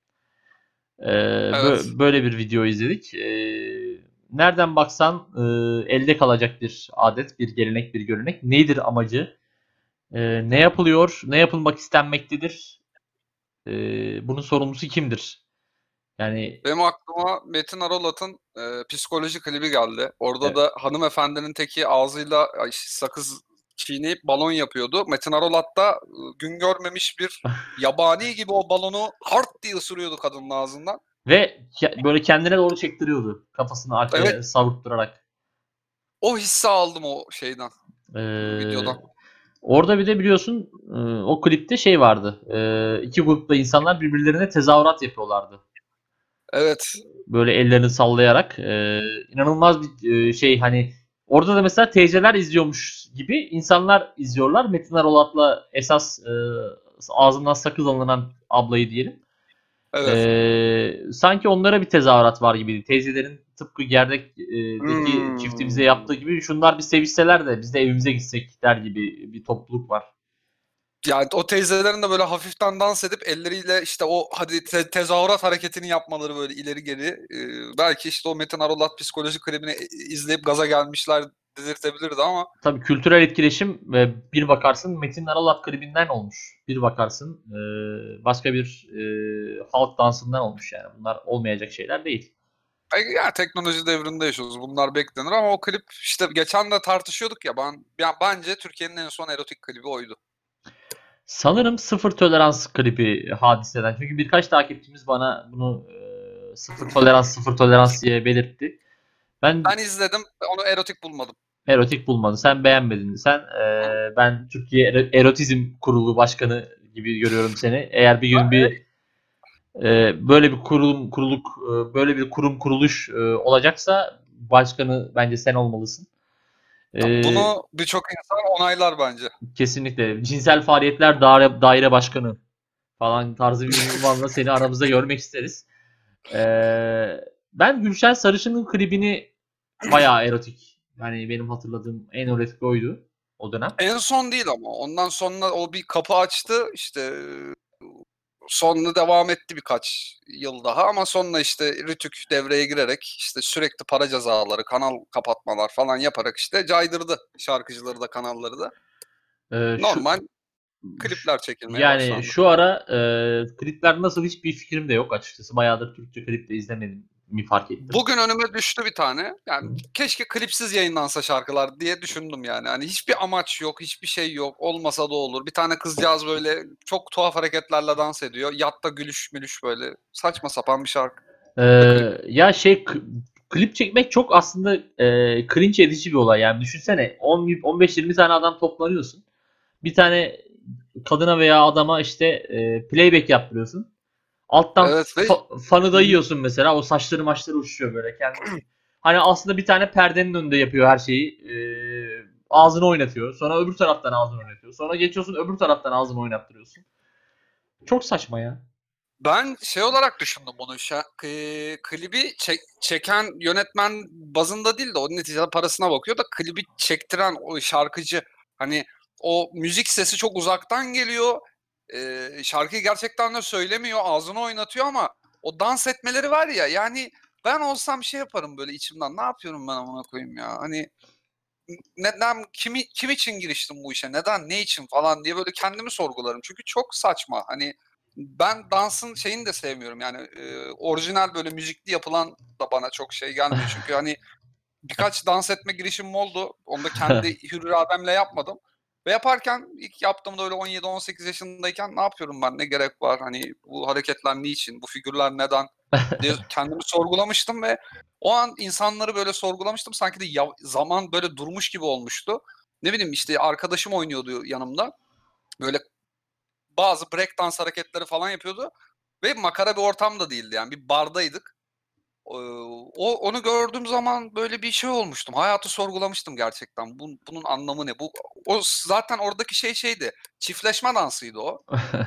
Evet. Böyle bir video izledik. Nereden baksan elde kalacak bir adet, bir gelenek, bir görenek. Nedir amacı? Ne yapılıyor? Ne yapılmak istenmektedir? Bunun sorumlusu kimdir? Yani Benim aklıma Metin Arolat'ın psikoloji klibi geldi. Orada e, da hanımefendinin teki ağzıyla sakız çiğneyip balon yapıyordu. Metin Arolat da gün görmemiş bir yabani gibi o balonu hard diye ısırıyordu kadının ağzından. ve böyle kendine doğru çektiriyordu kafasını Evet, arkaya savurtturarak. o hissi aldım o şeyden, Ee, videodan. Orada bir de biliyorsun o klipte şey vardı. İki grupta insanlar birbirlerine tezahürat yapıyorlardı. Evet. Böyle ellerini sallayarak inanılmaz bir şey hani orada da mesela teyzeler izliyormuş gibi insanlar izliyorlar. Metin Arolat'la esas ağzından sakız alınan ablayı diyelim. Evet. Sanki onlara bir tezahürat var gibiydi. Teyzelerin tıpkı gerdekteki çiftimize Hmm. yaptığı gibi şunlar bir sevişseler de biz de evimize gitsek der gibi bir topluluk var. Yani o teyzelerin de böyle hafiften dans edip elleriyle işte o hadi tezahürat hareketini yapmaları böyle ileri geri. Belki işte o Metin Arolat psikoloji klibini izleyip gaza gelmişler dedirtebilirdi ama Tabii kültürel etkileşim ve bir bakarsın Metin Aralat klibinden olmuş. Bir bakarsın başka bir halk dansından olmuş yani. Bunlar olmayacak şeyler değil. ya teknoloji devrinde yaşıyoruz. Bunlar beklenir ama o klip işte geçen de tartışıyorduk ya bence Türkiye'nin en son erotik klibi oydu. Sanırım sıfır tolerans klibi hadiseden. Çünkü birkaç takipçimiz bana bunu sıfır tolerans diye belirtti. Ben Ben izledim, onu erotik bulmadım. erotik bulmadım. Sen beğenmedin. Ben Türkiye Erotizm Kurulu Başkanı gibi görüyorum seni. Eğer bir gün bir böyle bir böyle bir kurum kuruluş olacaksa başkanı bence sen olmalısın. E, Bunu birçok insan onaylar bence. Kesinlikle cinsel faaliyetler daire başkanı falan tarzı bir ünvanla seni aramızda görmek isteriz. E, Ben Gülşen Sarışın'ın klibini bayağı erotik. Yani benim hatırladığım en erotik oydu o dönem. En son değil ama ondan sonra o bir kapı açtı işte sonra devam etti birkaç yıl daha ama sonra işte Rütük devreye girerek işte sürekli para cezaları, kanal kapatmalar falan yaparak işte caydırdı şarkıcıları da kanalları da. Şu Normal klipler çekilmeye yani başlandı. şu ara klipler nasıl hiçbir fikrim de yok açıkçası. Bayağıdır Türkçe klip de izlemedim mi fark ettim. Bugün önüme düştü bir tane. Yani keşke klipsiz yayınlansa şarkılar diye düşündüm yani. Hani hiçbir amaç yok, hiçbir şey yok. Olmasa da olur. Bir tane kızcağız böyle çok tuhaf hareketlerle dans ediyor. Yatta gülüş mülüş böyle. Saçma sapan bir şarkı. Klip. Ya klip çekmek çok aslında cringe edici bir olay. Yani düşünsene 15-20 tane adam toplanıyorsun. Bir tane kadına veya adama işte playback yaptırıyorsun. Alttan Evet ve fanı dayıyorsun mesela. O saçları maçları uçuşuyor böyle kendi. Hani aslında bir tane perdenin önünde yapıyor her şeyi. Ağzını oynatıyor. Sonra öbür taraftan ağzını oynatıyor. Sonra geçiyorsun öbür taraftan ağzını oynattırıyorsun. Çok saçma ya. ben şey olarak düşündüm bunu. Klibi çeken yönetmen bazında değil de o neticede parasına bakıyor da klibi çektiren o şarkıcı hani o müzik sesi çok uzaktan geliyor. Şarkıyı gerçekten de söylemiyor, ağzını oynatıyor ama o dans etmeleri var ya yani ben olsam şey yaparım böyle içimden. Ne yapıyorum ben amına koyayım ya? Hani neden kim için giriştim bu işe? Neden, ne için falan diye böyle kendimi sorgularım. Çünkü çok saçma. Hani ben dansın şeyini de sevmiyorum. Yani orijinal böyle müzikli yapılan da bana çok şey gelmiyor. Çünkü hani birkaç dans etme girişimim oldu. Onu da kendi hür irademle yapmadım. Ve yaparken ilk yaptığımda öyle 17-18 yaşındayken ne yapıyorum ben? Ne gerek var? Hani bu hareketler niçin? Bu figürler neden? Diye kendimi sorgulamıştım ve o an insanları böyle sorgulamıştım. Sanki de zaman böyle durmuş gibi olmuştu. Ne bileyim işte arkadaşım oynuyordu yanımda. Böyle bazı break dans hareketleri falan yapıyordu. Ve makara bir ortam da değildi yani. Bir bardaydık. Onu gördüğüm zaman böyle bir şey olmuştum. Hayatı sorgulamıştım gerçekten. Bunun anlamı ne? O zaten oradaki şeydi. Çiftleşme dansıydı o.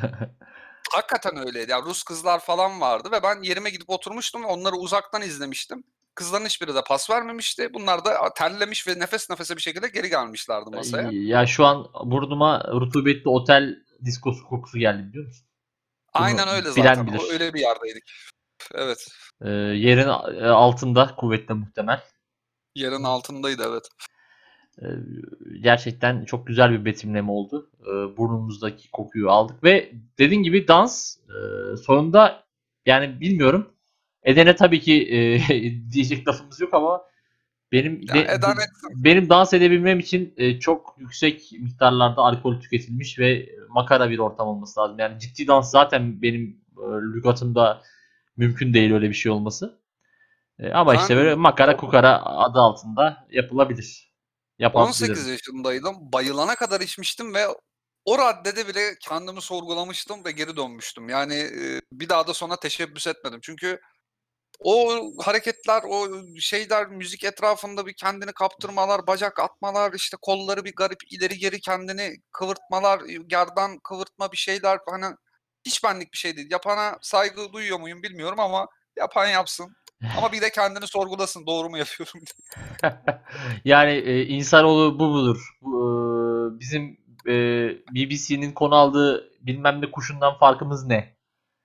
Hakikaten öyleydi. Yani Rus kızlar falan vardı ve ben yerime gidip oturmuştum ve onları uzaktan izlemiştim. Kızların hiçbiri de pas vermemişti. Bunlar da terlemiş ve nefes nefese bir şekilde geri gelmişlerdi masaya. Ya şu an burnuma rutubetli otel diskosu kokusu geldi biliyor musun? Bunu Aynen öyle bilen zaten. bilir. Öyle bir yerdeydik. Evet. Yerin altında kuvvetle muhtemel. Yerin altındaydı evet. Ee, Gerçekten çok güzel bir betimleme oldu. Burnumuzdaki kokuyu aldık ve dediğin gibi dans sonunda yani bilmiyorum. Eden'e tabii ki diyecek lafımız yok ama Yani eden benim dans edebilmem için çok yüksek miktarlarda alkol tüketilmiş ve makara bir ortam olması lazım. Yani ciddi dans zaten benim lügatımda mümkün değil öyle bir şey olması. Ama işte böyle ben makara kukara adı altında yapılabilir. 18 Yapabilirim. yaşındaydım. Bayılana kadar içmiştim ve o raddede bile kendimi sorgulamıştım ve geri dönmüştüm. Yani bir daha da sonra teşebbüs etmedim. Çünkü o hareketler, o şeyler, müzik etrafında bir kendini kaptırmalar, bacak atmalar, işte kolları bir garip ileri geri kendini kıvırtmalar, gerdan kıvırtma bir şeyler hani hiç benlik bir şey değil. Yapana saygı duyuyor muyum bilmiyorum ama yapan yapsın. Ama bir de kendini sorgulasın doğru mu yapıyorum diye. Yani insanoğlu bu mudur? Bizim BBC'nin konu aldığı bilmem ne kuşundan farkımız ne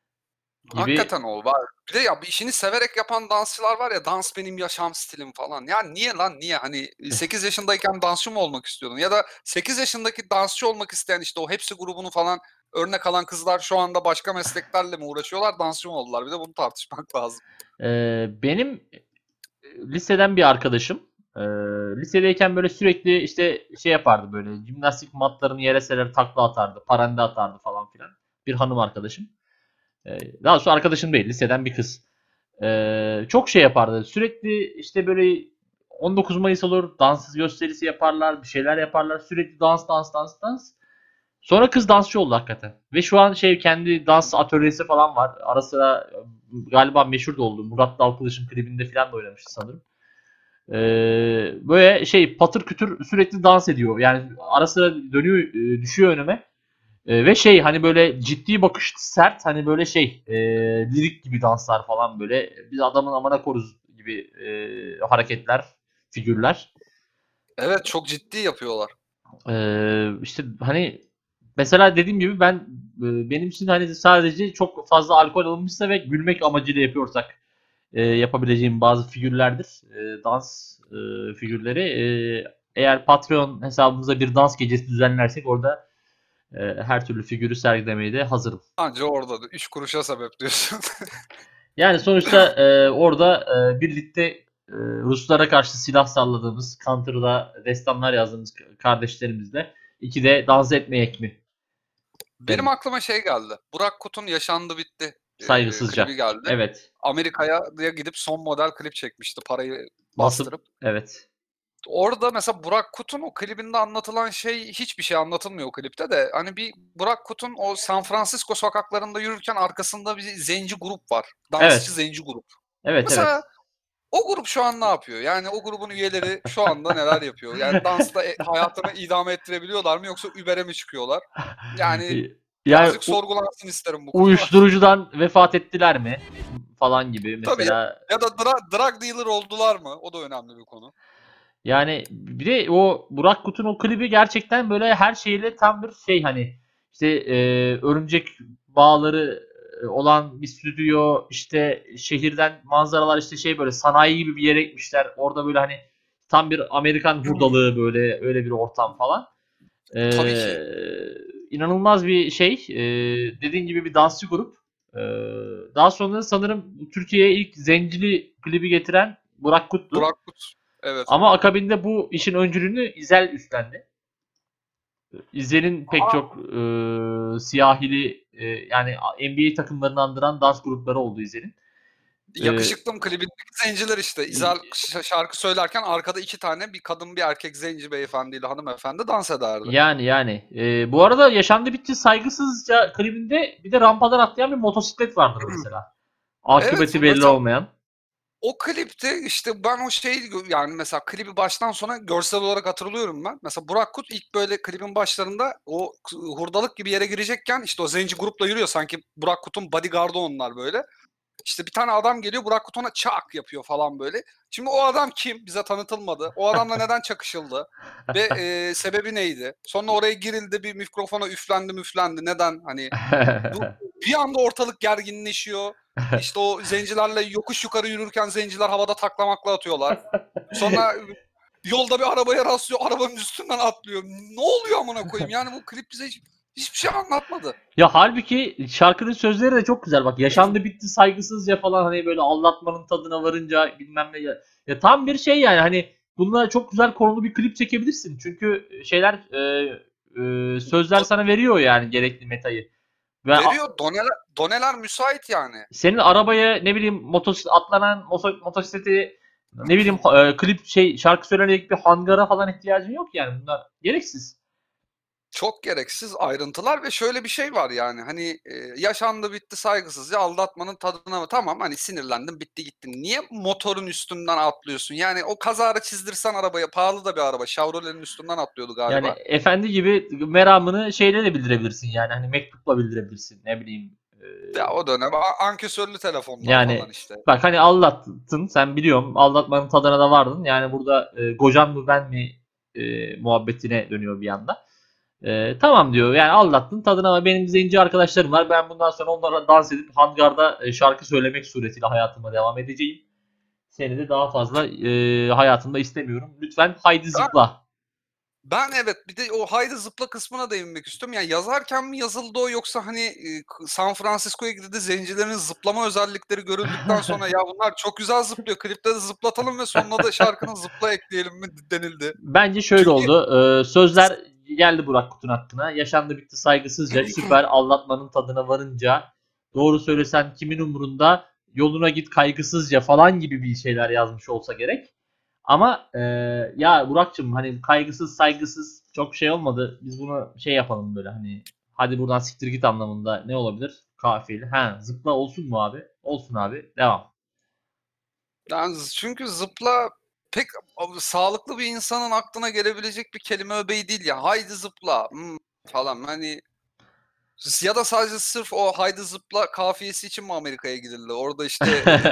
gibi. Hakikaten o var. Bir de ya bir işini severek yapan dansçılar var ya dans benim yaşam stilim falan. Ya niye lan niye hani 8 yaşındayken dansçı mı olmak istiyordun? Ya da 8 yaşındaki dansçı olmak isteyen işte o hepsi grubunu falan örnek alan kızlar şu anda başka mesleklerle mi uğraşıyorlar dansçı mı oldular? Bir de bunu tartışmak lazım. Benim liseden bir arkadaşım lisedeyken böyle sürekli işte şey yapardı böyle jimnastik matlarını yere serer takla atardı, parande atardı falan filan. Bir hanım arkadaşım. Daha doğrusu arkadaşım değil, liseden bir kız. Çok şey yapardı. Sürekli işte böyle 19 Mayıs olur, dans gösterisi yaparlar, bir şeyler yaparlar. Sürekli dans, dans, dans, dans. Sonra kız dansçı oldu hakikaten. Ve şu an şey kendi dans atölyesi falan var. Ara sıra galiba meşhur da oldu. Murat Dalkılıç'ın klibinde falan da oynamıştı sanırım. Böyle şey patır kütür sürekli dans ediyor. Yani ara sıra dönüyor, düşüyor önüme. Ve şey hani böyle ciddi bakış sert hani böyle şey lirik gibi danslar falan böyle biz adamın amına koruz gibi hareketler, figürler. Evet çok ciddi yapıyorlar. İşte hani mesela dediğim gibi benim için hani sadece çok fazla alkol alınmışsa ve gülmek amacıyla yapıyorsak yapabileceğim bazı figürlerdir. Dans figürleri. Eğer Patreon hesabımıza bir dans gecesi düzenlersek orada her türlü figürü sergilemeye de hazırım. Anca orada 3 kuruşa sebep diyorsun. Yani sonuçta orada birlikte Ruslara karşı silah salladığımız, Counter'da destanlar yazdığımız kardeşlerimizle iki de dans etmeyek mi Benim derim aklıma şey geldi. Burak Kut'un Yaşandı Bitti klibi saygısızca. geldi. Evet. Amerika'ya gidip son model klip çekmişti parayı Basıp bastırıp. evet. Orada mesela Burak Kut'un o klibinde anlatılan şey hiçbir şey anlatılmıyor o klipte de. Hani bir Burak Kut'un o San Francisco sokaklarında yürürken arkasında bir zenci grup var. Dansçı Evet. zenci grup. Evet, Mesela evet. o grup şu an ne yapıyor? Yani o grubun üyeleri şu anda neler yapıyor? Yani dansta hayatını idame ettirebiliyorlar mı yoksa Uber'e mi çıkıyorlar? Yani Yani birazcık sorgulansın isterim bu konular. uyuşturucudan vefat ettiler mi falan gibi Tabii ya, mesela. ya da drug dealer oldular mı? O da önemli bir konu. Yani bir de o Burak Kut'un o klibi gerçekten böyle her şeyle tam bir şey hani işte örümcek bağları olan bir stüdyo, işte şehirden manzaralar, işte şey böyle sanayi gibi bir yere gitmişler. Orada böyle hani tam bir Amerikan hurdalığı, böyle öyle bir ortam falan. Tabii ki. İnanılmaz bir şey. Dediğin gibi bir dansçı grup. Daha sonra sanırım Türkiye'ye ilk Zencili klibi getiren Burak Kut'tu. Burak Kut. Evet. Ama akabinde bu işin öncülüğünü İzel üstlendi. İzel'in pek çok siyahili yani NBA takımlarını andıran dans grupları oldu İzel'in. E, Yakışıklım klibindeki zenciler işte. İzel şarkı söylerken arkada 2 tane bir kadın bir erkek zenci beyefendiyle hanımefendi dans ederdi. yani. Bu arada Yaşandı Bitti Saygısızca klibinde bir de rampadan atlayan bir motosiklet vardır mesela. Evet Akıbeti belli mesela olmayan. o klipte işte ben o şeyi yani mesela klibi baştan sona görsel olarak hatırlıyorum ben. Mesela Burak Kut ilk böyle klibin başlarında o hurdalık gibi yere girecekken işte o zenci grupla yürüyor. Sanki Burak Kut'un bodyguard'ı onlar böyle. İşte bir tane adam geliyor Burak Kut ona çak yapıyor falan böyle. Şimdi o adam kim? Bize tanıtılmadı. O adamla neden çakışıldı? Ve sebebi neydi? Sonra oraya girildi bir mikrofona üflendi müflendi. Neden? Hani bu bir anda ortalık gerginleşiyor. İşte o zencilerle yokuş yukarı yürürken zenciler havada taklamakla atıyorlar. Sonra yolda bir arabaya rastlıyor. Arabanın üstünden atlıyor. Ne oluyor amına koyayım? Yani bu klip bize hiçbir şey anlatmadı. Ya halbuki şarkının sözleri de çok güzel. Bak, yaşandı bitti saygısızca falan, hani böyle aldatmanın tadına varınca bilmem ne. Ya tam bir şey yani, hani bununla çok güzel konulu bir klip çekebilirsin. Çünkü şeyler sözler sana veriyor yani gerekli metayı. Ve Veriyor. Doneler müsait yani. senin arabaya ne bileyim atlanan motosikleti, ne bileyim klip şey şarkı söylenecek bir hangara falan ihtiyacın yok yani, bunlar gereksiz. Çok gereksiz ayrıntılar ve şöyle bir şey var yani hani yaşandı bitti saygısızca aldatmanın tadına mı? Tamam hani sinirlendin bitti gittin. Niye motorun üstünden atlıyorsun? Yani o kazara çizdirsen arabaya pahalı da bir araba. Chevrolet'in üstünden atlıyordu Yani galiba. efendi gibi meramını şeyle de bildirebilirsin yani, hani mektupla bildirebilirsin, ne bileyim. Ya o dönem ankesörlü telefonlar falan Yani işte. bak, hani aldattın sen, biliyorum aldatmanın tadına da vardın. Yani burada kocan mı ben mi muhabbetine dönüyor bir anda. Tamam diyor yani, aldattın tadına, ama benim zenci arkadaşlarım var. Ben bundan sonra onlara dans edip hangarda şarkı söylemek suretiyle hayatıma devam edeceğim. Seni de daha fazla hayatımda istemiyorum. Lütfen haydi Ben, zıpla. ben evet bir de o haydi zıpla kısmına değinmek istiyorum. Yani yazarken mi yazıldı o yoksa hani San Francisco'ya gidildi zencilerin zıplama özellikleri görüldükten sonra ya bunlar çok güzel zıplıyor klipte de zıplatalım ve sonuna da şarkının zıpla ekleyelim mi denildi. Bence şöyle Çünkü oldu. Sözler geldi Burak Kut'un hakkına. Yaşandı bitti saygısızca. Süper, aldatmanın tadına varınca. Doğru söylesen kimin umurunda? Yoluna git kaygısızca falan gibi bir şeyler yazmış olsa gerek. Ama ya Burak'cığım, hani kaygısız saygısız çok şey olmadı. Biz bunu şey yapalım böyle, hani hadi buradan siktir git anlamında ne olabilir? Kafiyeli. Ha, zıpla olsun mu abi? Olsun abi. Devam. yani çünkü zıpla pek sağlıklı bir insanın aklına gelebilecek bir kelime öbeği değil ya. Haydi zıpla falan hani Ya da sadece sırf o haydi zıpla kafiyesi için mi Amerika'ya gidildi? Orada işte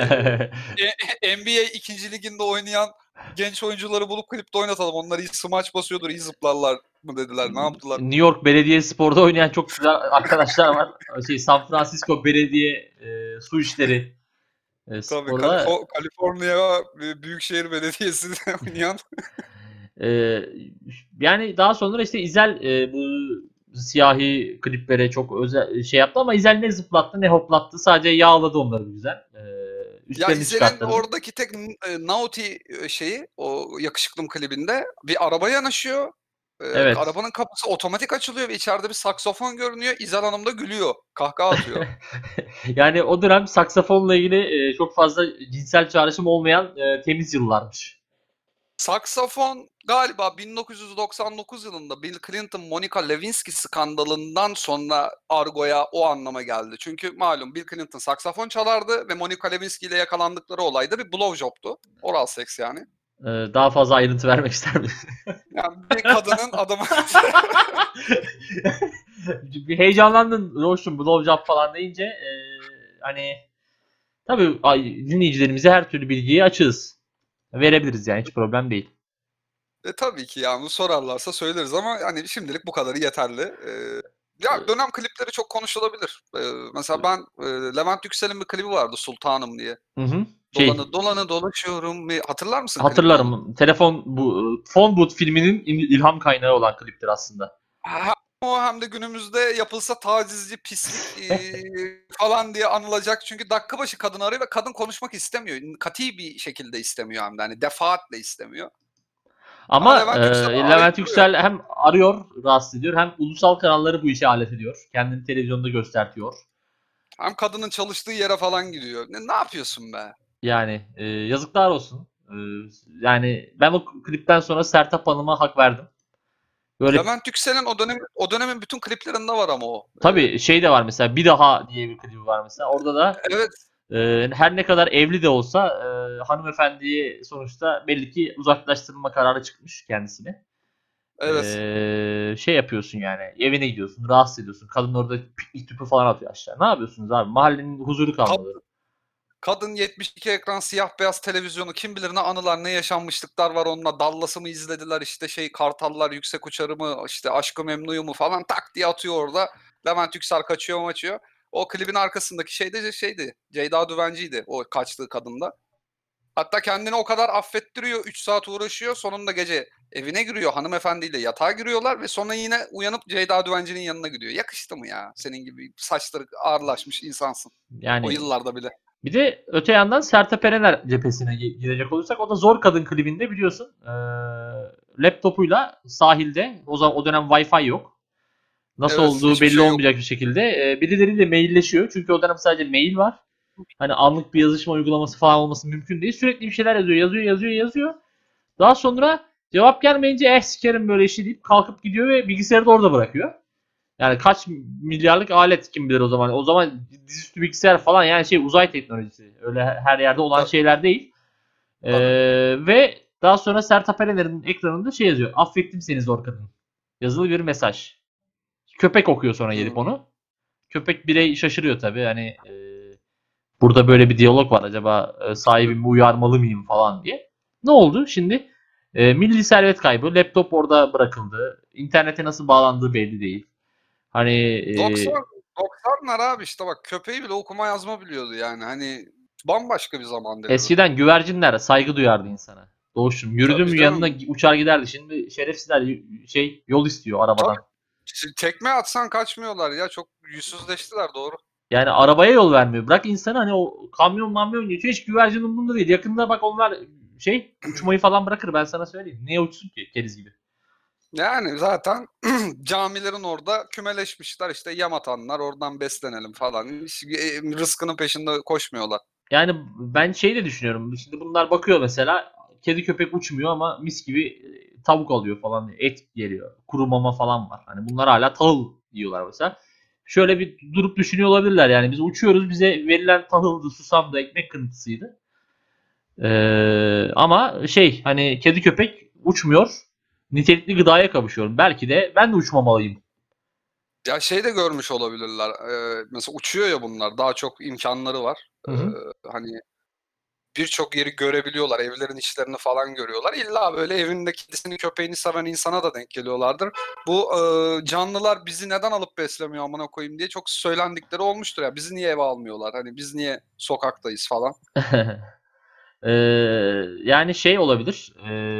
NBA 2. liginde oynayan genç oyuncuları bulup klipte oynatalım. Onlar iyi smaç basıyordur, iyi zıplarlar mı dediler. Ne yaptılar? New York Belediyespor'da oynayan çok güzel arkadaşlar var. San Francisco Belediye Su İşleri Tabii sporda. Kaliforniya Büyükşehir Belediyesi'nde oynayan. E, Yani daha sonra işte İzel bu siyahi kliplere çok özel şey yaptı ama İzel ne zıplattı ne hoplattı. Sadece yağladı onları güzel. Ya Üstlerini İzel'in çıkarttırdı. oradaki tek Naughty şeyi o yakışıklım klibinde bir araba yanaşıyor. Evet. Arabanın kapısı otomatik açılıyor ve içeride bir saksofon görünüyor. İzel Hanım da gülüyor. Kahkaha atıyor. Yani o dönem saksafonla ilgili çok fazla cinsel çağrışım olmayan temiz yıllarmış. Saksafon galiba 1999 yılında Bill Clinton Monica Lewinsky skandalından sonra argoya o anlama geldi. Çünkü malum Bill Clinton saksafon çalardı ve Monica Lewinsky ile yakalandıkları olayda bir blowjob'tu. Oral seks yani. Daha fazla ayrıntı vermek ister misin? Yani bir kadının adamı Bir heyecanlandın Roşun blowjob falan deyince hani tabii dinleyicilerimize her türlü bilgiyi açığız. Verebiliriz yani hiç problem değil. tabii ki yani sorarlarsa söyleriz ama hani şimdilik bu kadarı yeterli. Ya dönem klipleri çok konuşulabilir. Mesela ben Levent Yüksel'in bir klibi vardı Sultanım diye. Hı hı. Dolanı dolanı dolaşıyorum. Hatırlar mısın klibini onun? Hatırlarım. Phone Booth filminin ilham kaynağı olan kliptir aslında. Hem o hem de günümüzde yapılsa tacizci, pislik falan diye anılacak. Çünkü dakika başı kadın arıyor ve kadın konuşmak istemiyor. Kati bir şekilde istemiyor hem de. Hani defaatle istemiyor. Ama Ama Levent Yüksel arayıp Levent duruyor. Yüksel hem arıyor, rahatsız ediyor hem ulusal kanalları bu işe alet ediyor. Kendini televizyonda göstertiyor. Hem kadının çalıştığı yere falan gidiyor. Ne yapıyorsun be? Yani yazıklar olsun. Yani ben o klipten sonra Sertab Hanım'a hak verdim. Böyle Levent Yüksel'in o dönemin bütün kliplerinde var ama o. tabii şey de var mesela Bir Daha diye bir klibi var mesela. Orada da Evet, her ne kadar evli de olsa hanımefendiyi sonuçta belli ki uzaklaştırma kararı çıkmış kendisine. evet. Şey yapıyorsun yani evine gidiyorsun rahatsız ediyorsun. Kadın orada piknik tüpü falan atıyor aşağı. Ne yapıyorsunuz abi? Mahallenin huzuru kalmadı. Kadın 72 ekran siyah beyaz televizyonu kim bilir ne anılar ne yaşanmışlıklar var onunla. Dallas'ı mı izlediler işte Kartallar Yüksek Uçarı mı işte Aşk-ı Memnu'yu mu falan tak diye atıyor orada. Levent Yüksel kaçıyor maçıyor. O klibin arkasındaki şeydi Ceyda Düvenci'ydi o kaçtığı kadında. Hatta kendini o kadar affettiriyor 3 saat uğraşıyor sonunda gece evine giriyor hanımefendiyle yatağa giriyorlar ve sonra yine uyanıp Ceyda Düvenci'nin yanına gidiyor. Yakıştı mı ya senin gibi saçları ağırlaşmış insansın o Yani yıllarda bile. bir de öte yandan Sertab Erener cephesine girecek olursak o da Zor Kadın klibinde biliyorsun laptopuyla sahilde o zaman o dönem Wi-Fi yok. Nasıl Evet, olduğu hiçbir belli şey yok. olmayacak bir şekilde birileriyle mailleşiyor. Çünkü o dönem sadece mail var. Hani anlık bir yazışma uygulaması falan olması mümkün değil. Sürekli bir şeyler yazıyor. Daha sonra cevap gelmeyince sikerim böyle işi deyip kalkıp gidiyor ve bilgisayarı da orada bırakıyor. Yani kaç milyarlık alet kim bilir o zaman. O zaman dizüstü bilgisayar falan yani şey uzay teknolojisi. Öyle her yerde olan Tabii, şeyler değil. tabii. Ve daha sonra Sertab Erener'in ekranında şey yazıyor. Affettim seni zor kadın. Yazılı bir mesaj. Köpek okuyor sonra gelip Hmm. onu. Köpek birey şaşırıyor tabii. Hani burada böyle bir diyalog var acaba sahibimi uyarmalı mıyım falan diye. Ne oldu? Şimdi milli servet kaybı. Laptop orada bırakıldı. İnternete nasıl bağlandığı belli değil. Hani 90 90'lar abi işte bak köpeği bile okuma yazma biliyordu yani. Hani bambaşka bir zaman dilimi. eskiden güvercinler saygı duyardı insana. Doğuşum. Yürüdüm Tabii yanına canım. uçar giderdi. Şimdi şerefsizler şey yol istiyor arabadan. Tabii. Tekme atsan kaçmıyorlar ya. Çok yüzsüzleştiler doğru. Yani arabaya yol vermiyor. Bırak insanı hani o kamyon geçiyor. Hiç güvercin umurunda değil. Yakında bak onlar şey uçmayı falan bırakır ben sana söyleyeyim. Niye uçsun ki keriz gibi. Yani zaten camilerin orada kümeleşmişler işte yam atanlar oradan beslenelim falan. Hiç, rızkının peşinde koşmuyorlar. Yani ben şey de düşünüyorum. Şimdi bunlar bakıyor mesela kedi köpek uçmuyor ama mis gibi tavuk alıyor falan. Et geliyor. Kuru mama falan var. Hani bunlar hala tahıl yiyorlar mesela. Şöyle bir durup düşünüyor olabilirler yani. Biz uçuyoruz bize verilen tahıldı, susamdı, ekmek kırıntısıydı. Ama şey hani kedi köpek uçmuyor. Nitelikli gıdaya kavuşuyorum. Belki de ben de uçmamalıyım. Ya şey de görmüş olabilirler. Mesela uçuyor ya bunlar. Daha çok imkanları var. Hı hı. Hani birçok yeri görebiliyorlar. Evlerin içlerini falan görüyorlar. İlla böyle evinde kedisini köpeğini seven insana da denk geliyorlardır. Bu canlılar bizi neden alıp beslemiyor amına koyayım diye çok söylendikleri olmuştur ya. Bizi niye eve almıyorlar? Hani biz niye sokaktayız falan. Ee, Yani şey olabilir.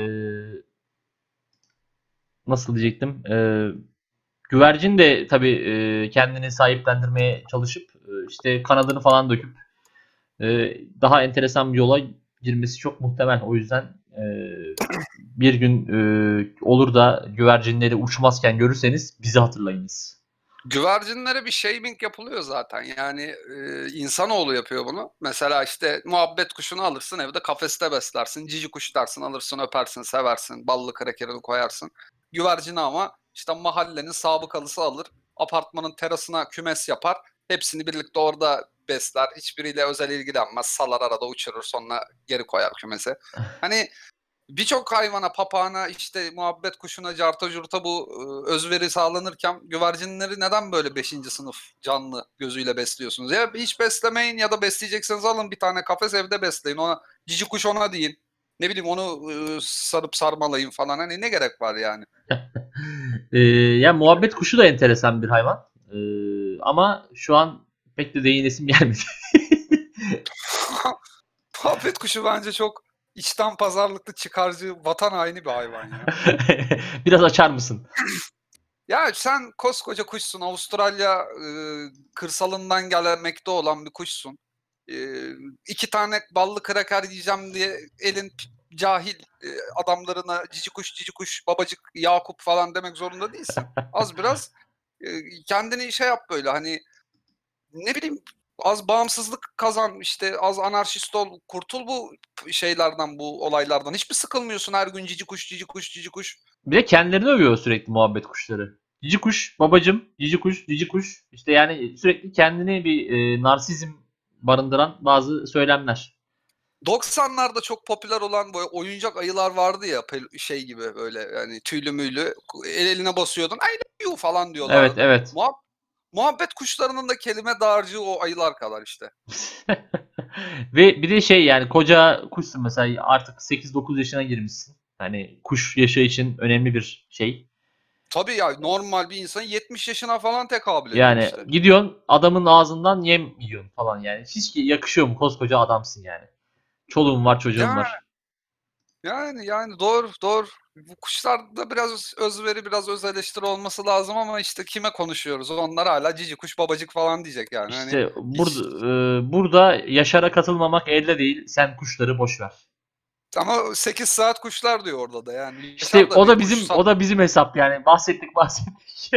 Nasıl diyecektim? Güvercin de tabii kendini sahiplendirmeye çalışıp işte kanadını falan döküp daha enteresan bir yola girmesi çok muhtemel. O yüzden bir gün olur da güvercinleri uçmazken görürseniz bizi hatırlayınız. Güvercinlere bir shaming yapılıyor zaten. Yani insanoğlu yapıyor bunu. Mesela işte muhabbet kuşunu alırsın evde kafeste beslersin. Cici kuş dersin alırsın öpersin seversin. Ballı krakerini koyarsın. Güvercini ama işte mahallenin sabıkalısı alır. Apartmanın terasına kümes yapar. Hepsini birlikte orada besler. Hiçbiriyle özel ilgilenmez. Salar arada uçurur sonra geri koyar kümese. Hani birçok hayvana, papağana, işte muhabbet kuşuna, carta curta bu özveri sağlanırken güvercinleri neden böyle beşinci sınıf canlı gözüyle besliyorsunuz? Ya hiç beslemeyin ya da besleyecekseniz alın bir tane kafes evde besleyin. Ona cici kuş ona deyin. Ne bileyim onu sarıp sarmalayın falan. Hani ne gerek var yani? Yani muhabbet kuşu da enteresan bir hayvan. Ama şu an pek de değinesim gelmedi. Muhabbet kuşu bence çok içten pazarlıklı, çıkarcı, vatan haini bir hayvan ya. Biraz açar mısın? Ya sen koskoca kuşsun. Avustralya kırsalından gelmekte olan bir kuşsun. E, iki tane ballı kraker yiyeceğim diye elin cahil adamlarına cici kuş, cici kuş, babacık, Yakup falan demek zorunda değilsin. Az biraz e, kendini şey yap böyle hani ne bileyim az bağımsızlık kazan işte az anarşist ol kurtul bu şeylerden bu olaylardan. Hiç mi sıkılmıyorsun her gün cici kuş, cici kuş, cici kuş? Bir de kendilerini övüyor sürekli muhabbet kuşları. Cici kuş, babacım, cici kuş, cici kuş. İşte yani sürekli kendini bir narsizm barındıran bazı söylemler. 90'larda çok popüler olan böyle oyuncak ayılar vardı ya şey gibi böyle yani tüylü müylü eline basıyordun I love you falan Evet, diyorlardı. evet. Muhabbet kuşlarının da kelime dağarcığı o ayılar kadar işte. Ve bir de şey yani koca kuşsun mesela artık 8-9 yaşına girmişsin. Hani kuş yaşı için önemli bir şey. Tabii ya normal bir insan 70 yaşına falan tekabül ediyor Yani işte. gidiyorsun adamın ağzından yem yiyorsun falan yani. Hiç yakışıyor mu koskoca adamsın yani. Çoluğun var çocuğun Yani var. yani doğru doğru. Bu kuşlarda biraz özveri biraz öz eleştiri olması lazım ama işte kime konuşuyoruz? Onlar hala cici kuş babacık falan diyecek yani. Hani İşte hiç burada Yaşar'a katılmamak elde değil. Sen kuşları boş ver. ama 8 saat kuşlar diyor orada da yani. İşte Yaşar da bir kuş o da bizim hesap yani. Bahsettik.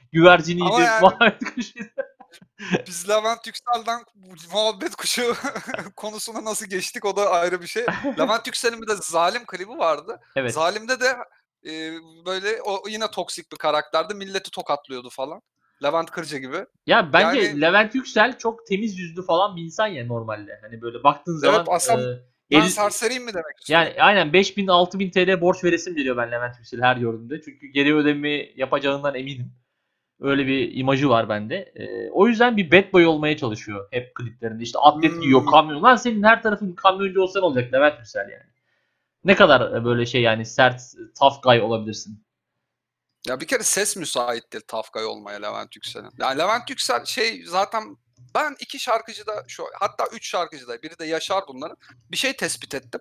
ama Güverciniydi, yani muhabbet kuşuydu. biz Levent Yüksel'den bu muhabbet kuşu konusuna nasıl geçtik o da ayrı bir şey. Levent Yüksel'in bir de Zalim klibi vardı. Evet. Zalim'de de e, böyle o yine toksik bir karakterdi. Milleti tokatlıyordu falan. Levent Kırca gibi. Ya Yani bence Levent Yüksel çok temiz yüzlü falan bir insan ya normalde. Hani böyle baktığın evet zaman aslında ben serseriyim mi demek istiyor. yani aynen 5000 6000 TL borç veresim geliyor ben Levent Yüksel'i her gördüğümde. Çünkü geri ödemi yapacağından eminim. Öyle bir imajı var bende. O yüzden bir bad boy olmaya çalışıyor hep kliplerinde. İşte atlet giyiyor, Hmm. kamyon. Lan senin her tarafın kamyoncu olsan olacak Levent Yüksel yani. Ne kadar böyle şey yani sert, tough guy olabilirsin. Ya bir kere ses müsait değil Tafkay olmaya Levent Yüksel'in. Yani Levent Yüksel şey zaten ben iki şarkıcıda şu hatta üç şarkıcıda biri de Yaşar bunların bir şey tespit ettim.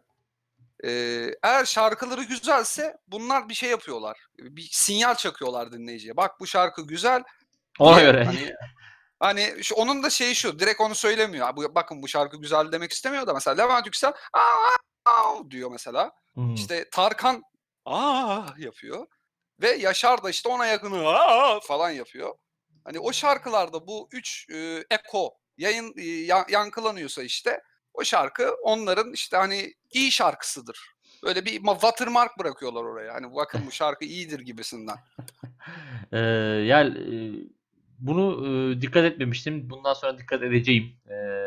Eğer şarkıları güzelse bunlar bir şey yapıyorlar. Bir sinyal çakıyorlar dinleyiciye. Bak bu şarkı güzel Ona diye göre. hani onun da şeyi şu direkt onu söylemiyor. Bakın bu şarkı güzel demek istemiyor da mesela Levent Yüksel diyor mesela. Hmm. İşte Tarkan yapıyor. Ve Yaşar da işte ona yakını falan yapıyor. Hani o şarkılarda bu üç eko yayın yankılanıyorsa işte o şarkı onların işte hani iyi şarkısıdır. Böyle bir watermark bırakıyorlar oraya. Hani bakın bu şarkı iyidir gibisinden. Ee, Yani bunu dikkat etmemiştim. Bundan sonra dikkat edeceğim.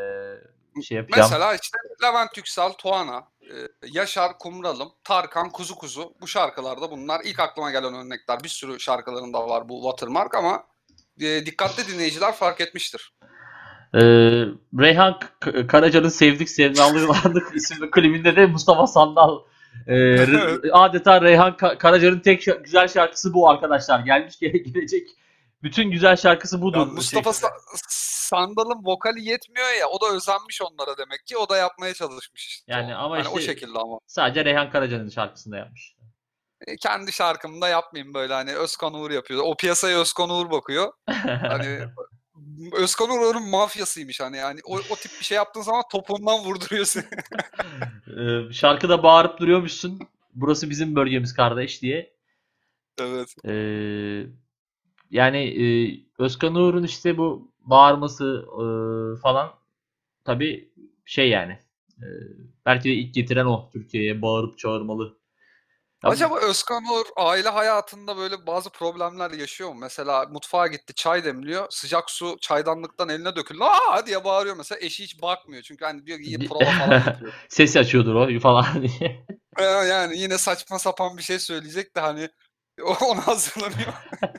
Şey yapacağım. Mesela işte Levent Yüksel, Tuana, Yaşar Kumralım, Tarkan Kuzu Kuzu bu şarkılarda bunlar ilk aklıma gelen örnekler. Bir sürü şarkılarında var bu watermark ama dikkatli dinleyiciler fark etmiştir. Ee, Reyhan Karaca'nın Sevdik Sevdalılardık isimli klibinde de Mustafa Sandal Evet. adeta Reyhan Karaca'nın tek güzel şarkısı bu arkadaşlar. Gelmiş gelecek bütün güzel şarkısı Ya budur Mustafa şeklinde. Sandal'ın vokali yetmiyor ya, o da özenmiş onlara demek ki, o da yapmaya çalışmış işte Yani onu. ama Hani o işte şekilde ama. sadece Reyhan Karaca'nın şarkısında yapmış. Kendi şarkımda yapmayayım böyle, hani Özkan Uğur yapıyor. O piyasaya Özkan Uğur bakıyor. Hani Özkan Uğur onun mafyasıymış hani, yani o tip bir şey yaptığın zaman topundan vurduruyor seni. Şarkıda bağırıp duruyormuşsun. Burası bizim bölgemiz kardeş diye. Evet. Ee, Yani Özkan Uğur'un işte bu bağırması falan tabii şey yani e, belki de ilk getiren o Türkiye'ye bağırıp çağırmalı. Ya, Acaba Özkan Uğur aile hayatında böyle bazı problemler yaşıyor mu? Mesela mutfağa gitti, çay demliyor. Sıcak su çaydanlıktan eline döküldü. Aa diye bağırıyor mesela. Eşi hiç bakmıyor. Çünkü hani diyor ki iyi prova falan yapıyor. ses açıyordur o falan diye. Yani yine saçma sapan bir şey söyleyecek de hani ona hazırlanıyor.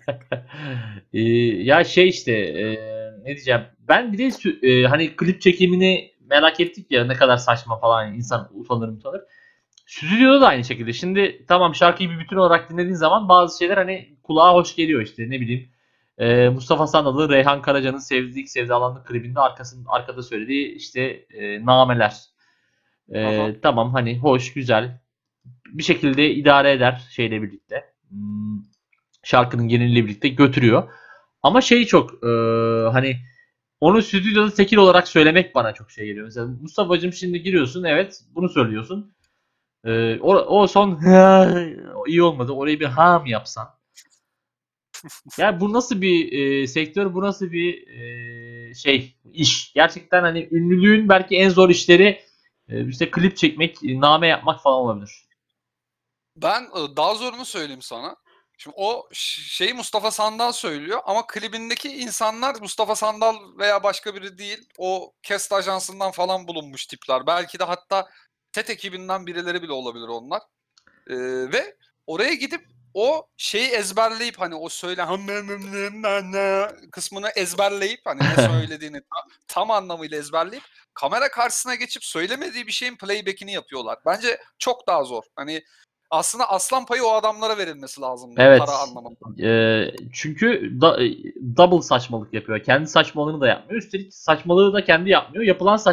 Ya şey işte ne diyeceğim. Ben bir de hani klip çekimini merak ettik ya ne kadar saçma falan insan utanır. Stüdyoda da aynı şekilde. Şimdi tamam şarkıyı bir bütün olarak dinlediğin zaman bazı şeyler hani kulağa hoş geliyor işte ne bileyim. Mustafa Sandal'ın Reyhan Karaca'nın Sevdik Sevdalandık klibinde arkada söylediği işte nameler. Aha. Tamam hani hoş güzel bir şekilde idare eder şeyle birlikte. Şarkının geneliyle birlikte götürüyor. Ama şey çok hani onu stüdyoda tekil olarak söylemek bana çok şey geliyor. Mesela Mustafa'cığım şimdi giriyorsun evet bunu söylüyorsun. O son iyi olmadı. Orayı bir ha mı yapsan? Yani bu nasıl bir sektör, bu nasıl bir şey, iş? Gerçekten hani ünlülüğün belki en zor işleri işte klip çekmek, name yapmak falan olabilir. Ben daha zorunu söyleyeyim sana. Şimdi o şeyi Mustafa Sandal söylüyor ama klibindeki insanlar Mustafa Sandal veya başka biri değil. O Kest ajansından falan bulunmuş tipler. Belki de hatta TET ekibinden birileri bile olabilir onlar. Ve oraya gidip o şeyi ezberleyip, hani o söyle kısmını ezberleyip, hani ne söylediğini tam anlamıyla ezberleyip kamera karşısına geçip söylemediği bir şeyin playback'ini yapıyorlar. Bence çok daha zor. Hani aslında aslan payı o adamlara verilmesi lazımdı para Evet. anlamında. Çünkü double saçmalık yapıyor. Kendi saçmalığını da yapmıyor. Üstelik saçmalığı da kendi yapmıyor.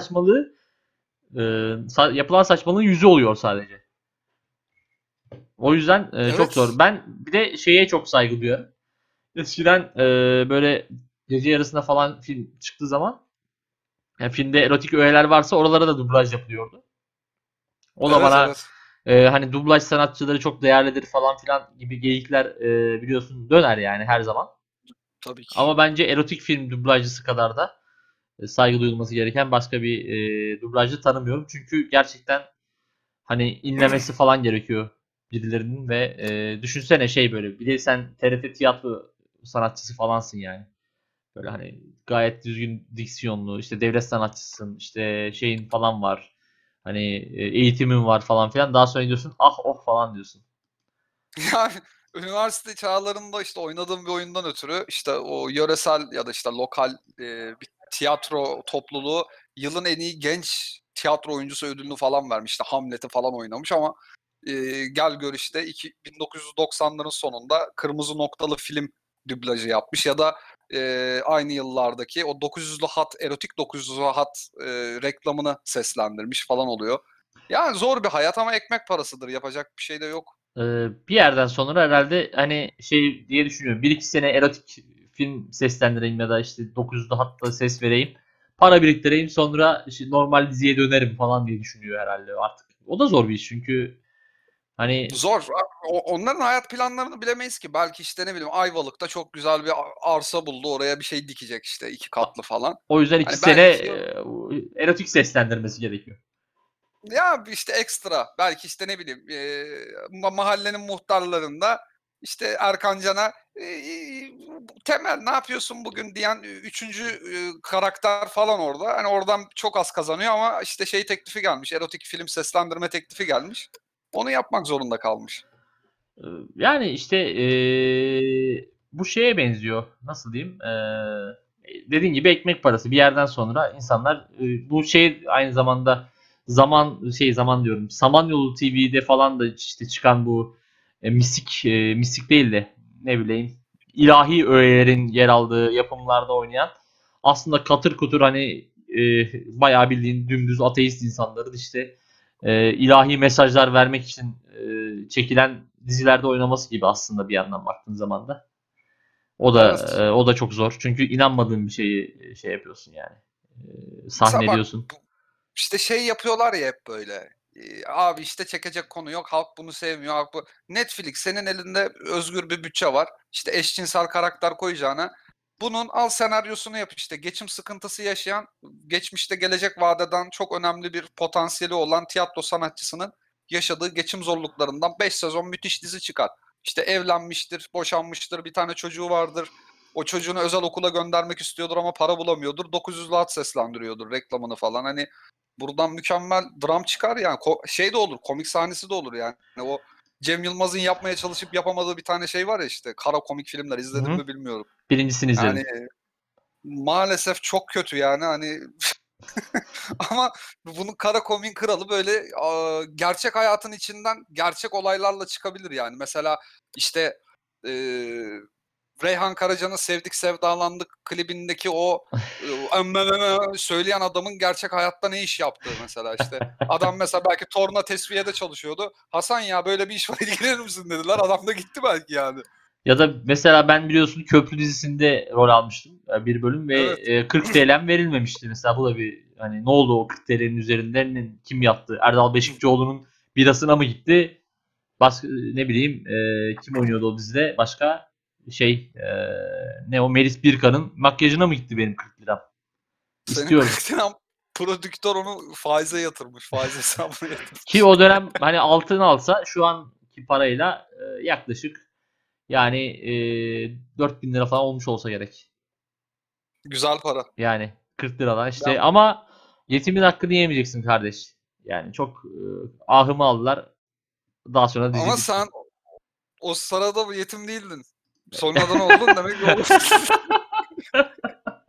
Yapılan saçmalığın yüzü oluyor sadece. O yüzden çok Evet. zor. Ben bir de şeye çok saygı duyuyorum. Eskiden böyle gece yarısında falan film çıktığı zaman yani filmde erotik öğeler varsa oralara da dublaj yapılıyordu. O da Evet, bana evet. hani dublaj sanatçıları çok değerlidir falan filan gibi geyikler biliyorsun döner yani her zaman. Tabii ki. Ama bence erotik film dublajcısı kadar da saygı duyulması gereken başka bir dublajcı tanımıyorum. Çünkü gerçekten hani inlemesi falan gerekiyor birilerinin ve düşünsene şey böyle bir de sen TRT tiyatro sanatçısı falansın yani. Böyle hani gayet düzgün diksiyonlu işte devlet sanatçısın işte şeyin falan var. Hani eğitimin var falan filan. Daha sonra diyorsun ah oh falan diyorsun. Yani üniversite çağlarında işte oynadığım bir oyundan ötürü işte o yöresel ya da işte lokal bir tiyatro topluluğu yılın en iyi genç tiyatro oyuncusu ödülünü falan vermiş. İşte Hamlet'i falan oynamış ama gel gör işte 1990'ların sonunda Kırmızı Noktalı film dublajı yapmış ya da aynı yıllardaki o 900'lü hat, erotik 900'lü hat reklamını seslendirmiş falan oluyor. Yani zor bir hayat ama ekmek parasıdır. Yapacak bir şey de yok. Bir yerden sonra herhalde hani şey diye düşünüyorum. Bir iki sene erotik film seslendireyim ya da işte 900'lü hatta ses vereyim. Para biriktireyim sonra işte normal diziye dönerim falan diye düşünüyor herhalde artık. O da zor bir iş çünkü hani Zor. Onların hayat planlarını bilemeyiz ki. Belki işte ne bileyim Ayvalık'ta çok güzel bir arsa buldu. Oraya bir şey dikecek işte 2 katlı falan. o yüzden iki Hani sene belki erotik seslendirmesi gerekiyor. ya işte ekstra. Belki işte ne bileyim mahallenin muhtarlarında işte Erkan Can'a Temel ne yapıyorsun bugün diyen üçüncü karakter falan orada. Hani oradan çok az kazanıyor ama işte şey teklifi gelmiş. Erotik film seslendirme teklifi gelmiş. Onu yapmak zorunda kalmış. Yani işte bu şeye benziyor. Nasıl diyeyim? Dediğin gibi ekmek parası. Bir yerden sonra insanlar bu şey aynı zamanda zaman diyorum. Samanyolu TV'de falan da işte çıkan bu mistik değil de ne bileyim ilahi öğelerin yer aldığı yapımlarda oynayan aslında katır kutur hani bayağı bildiğin dümdüz ateist insanların işte ilahi mesajlar vermek için çekilen dizilerde oynaması gibi aslında bir yandan baktığın zaman da. Evet. O da çok zor. Çünkü inanmadığın bir şeyi şey yapıyorsun yani. Mesela bak Sahneliyorsun. işte şey yapıyorlar ya hep böyle. Abi işte çekecek konu yok. Halk bunu sevmiyor. Halk bu. Netflix senin elinde özgür bir bütçe var. İşte eşcinsel karakter koyacağına. Bunun al senaryosunu yap işte. Geçim sıkıntısı yaşayan, geçmişte gelecek vadeden çok önemli bir potansiyeli olan tiyatro sanatçısının yaşadığı geçim zorluklarından 5 sezon müthiş dizi çıkar. İşte evlenmiştir, boşanmıştır, bir tane çocuğu vardır. O çocuğunu özel okula göndermek istiyordur ama para bulamıyordur. 900'lü at seslendiriyordur reklamını falan. Hani buradan mükemmel dram çıkar yani. Şey de olur, komik sahnesi de olur yani. O Cem Yılmaz'ın yapmaya çalışıp yapamadığı bir tane şey var ya işte. Kara komik filmler Hı izledim hı. mi bilmiyorum. Birincisini Yani izledim. maalesef çok kötü yani hani ama bunun kara komiğin kralı böyle gerçek hayatın içinden gerçek olaylarla çıkabilir yani. Mesela işte e, Reyhan Karaca'nın Sevdik Sevdalandık klibindeki o söyleyen adamın gerçek hayatta ne iş yaptığı mesela işte. Adam mesela belki torna tesviyede çalışıyordu. Hasan ya böyle bir iş var ilgilenir misin dediler. Adam da gitti belki yani. Ya da mesela ben biliyorsun Köprü dizisinde rol almıştım bir bölüm ve Evet. 40 TL'm verilmemişti. Mesela bu da bir hani ne oldu o 40 TL'nin üzerinden kim yattı? Erdal Beşikçioğlu'nun birasına mı gitti? Başka ne bileyim kim oynuyordu o dizide? Başka ne o Melis Birkan'ın makyajına mı gitti benim 40 liram? Senin İstiyorum. 40 liran prodüktör onu faize yatırmış. Faiz hesabına Ki yatırmış. o dönem hani altın alsa şu anki parayla yaklaşık yani 4.000 lira falan olmuş olsa gerek. Güzel para. Yani 40 liradan işte Ben, ama yetimin hakkını yemeyeceksin kardeş. Yani çok ahımı aldılar. Daha sonra dizi ama bitti. sen o sırada yetim değildin. Sonradan oldun demek ki oldun. Evet,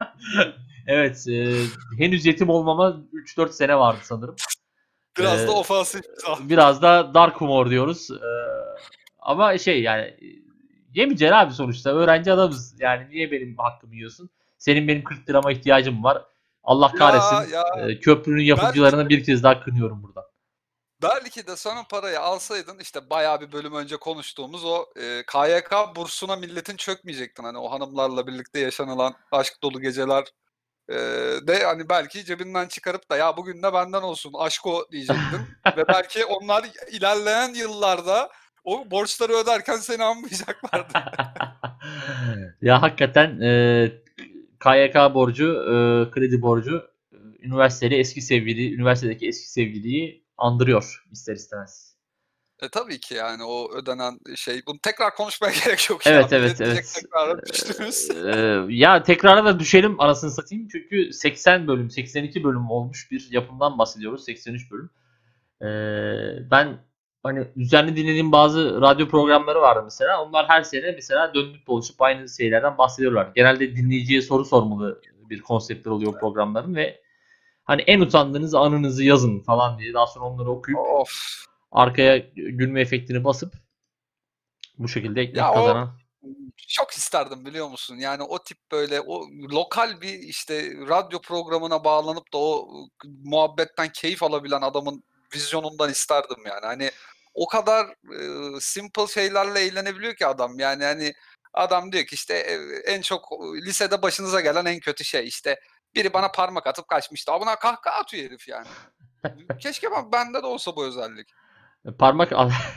henüz yetim olmama 3-4 sene vardı sanırım. Biraz E, da ofansif bir tahmin. Biraz da dark humor diyoruz. Ama şey yani yemeyeceksin abi sonuçta. Öğrenci adamız. Yani niye benim hakkımı yiyorsun? Senin benim 40 lirama ihtiyacım var. Allah Ya kahretsin. ya Köprünün belki yapımcılarına bir kez daha kınıyorum buradan. belki de sen o parayı alsaydın işte bayağı bir bölüm önce konuştuğumuz o KYK bursuna milletin çökmeyecektin. Hani o hanımlarla birlikte yaşanılan aşk dolu geceler de hani belki cebinden çıkarıp da ya bugün de benden olsun aşko diyecektin. Ve belki onlar ilerleyen yıllarda o borçları öderken seni anmayacaklardı. Ya hakikaten KYK borcu, kredi borcu üniversitedeki eski sevgiliyi andırıyor ister istemez. Tabii ki yani o ödenen şey. Bunu tekrar konuşmaya gerek yok ya. Evet, evet, Millet diyecek evet. tekrara düştünüz. Ya tekrara da düşelim anasını satayım. Çünkü 80 bölüm, 82 bölüm olmuş bir yapımdan bahsediyoruz. 83 bölüm. Ben hani düzenli dinlediğim bazı radyo programları vardı mesela. Onlar her sene mesela dönüp dolaşıp aynı şeylerden bahsediyorlar. Genelde dinleyiciye soru sormalı bir konseptler oluyor programların ve hani en utandığınız anınızı yazın falan diye daha sonra onları okuyup Of. arkaya gülme efektini basıp bu şekilde ekmek Ya o kazanan. çok isterdim biliyor musun? Yani o tip böyle o lokal bir işte radyo programına bağlanıp da o muhabbetten keyif alabilen adamın vizyonundan isterdim yani. Hani o kadar simple şeylerle eğlenebiliyor ki adam. Yani hani adam diyor ki işte en çok lisede başınıza gelen en kötü şey işte biri bana parmak atıp kaçmıştı. Buna kahkaha atıyor herif yani. Keşke bende de olsa bu özellik. Parmak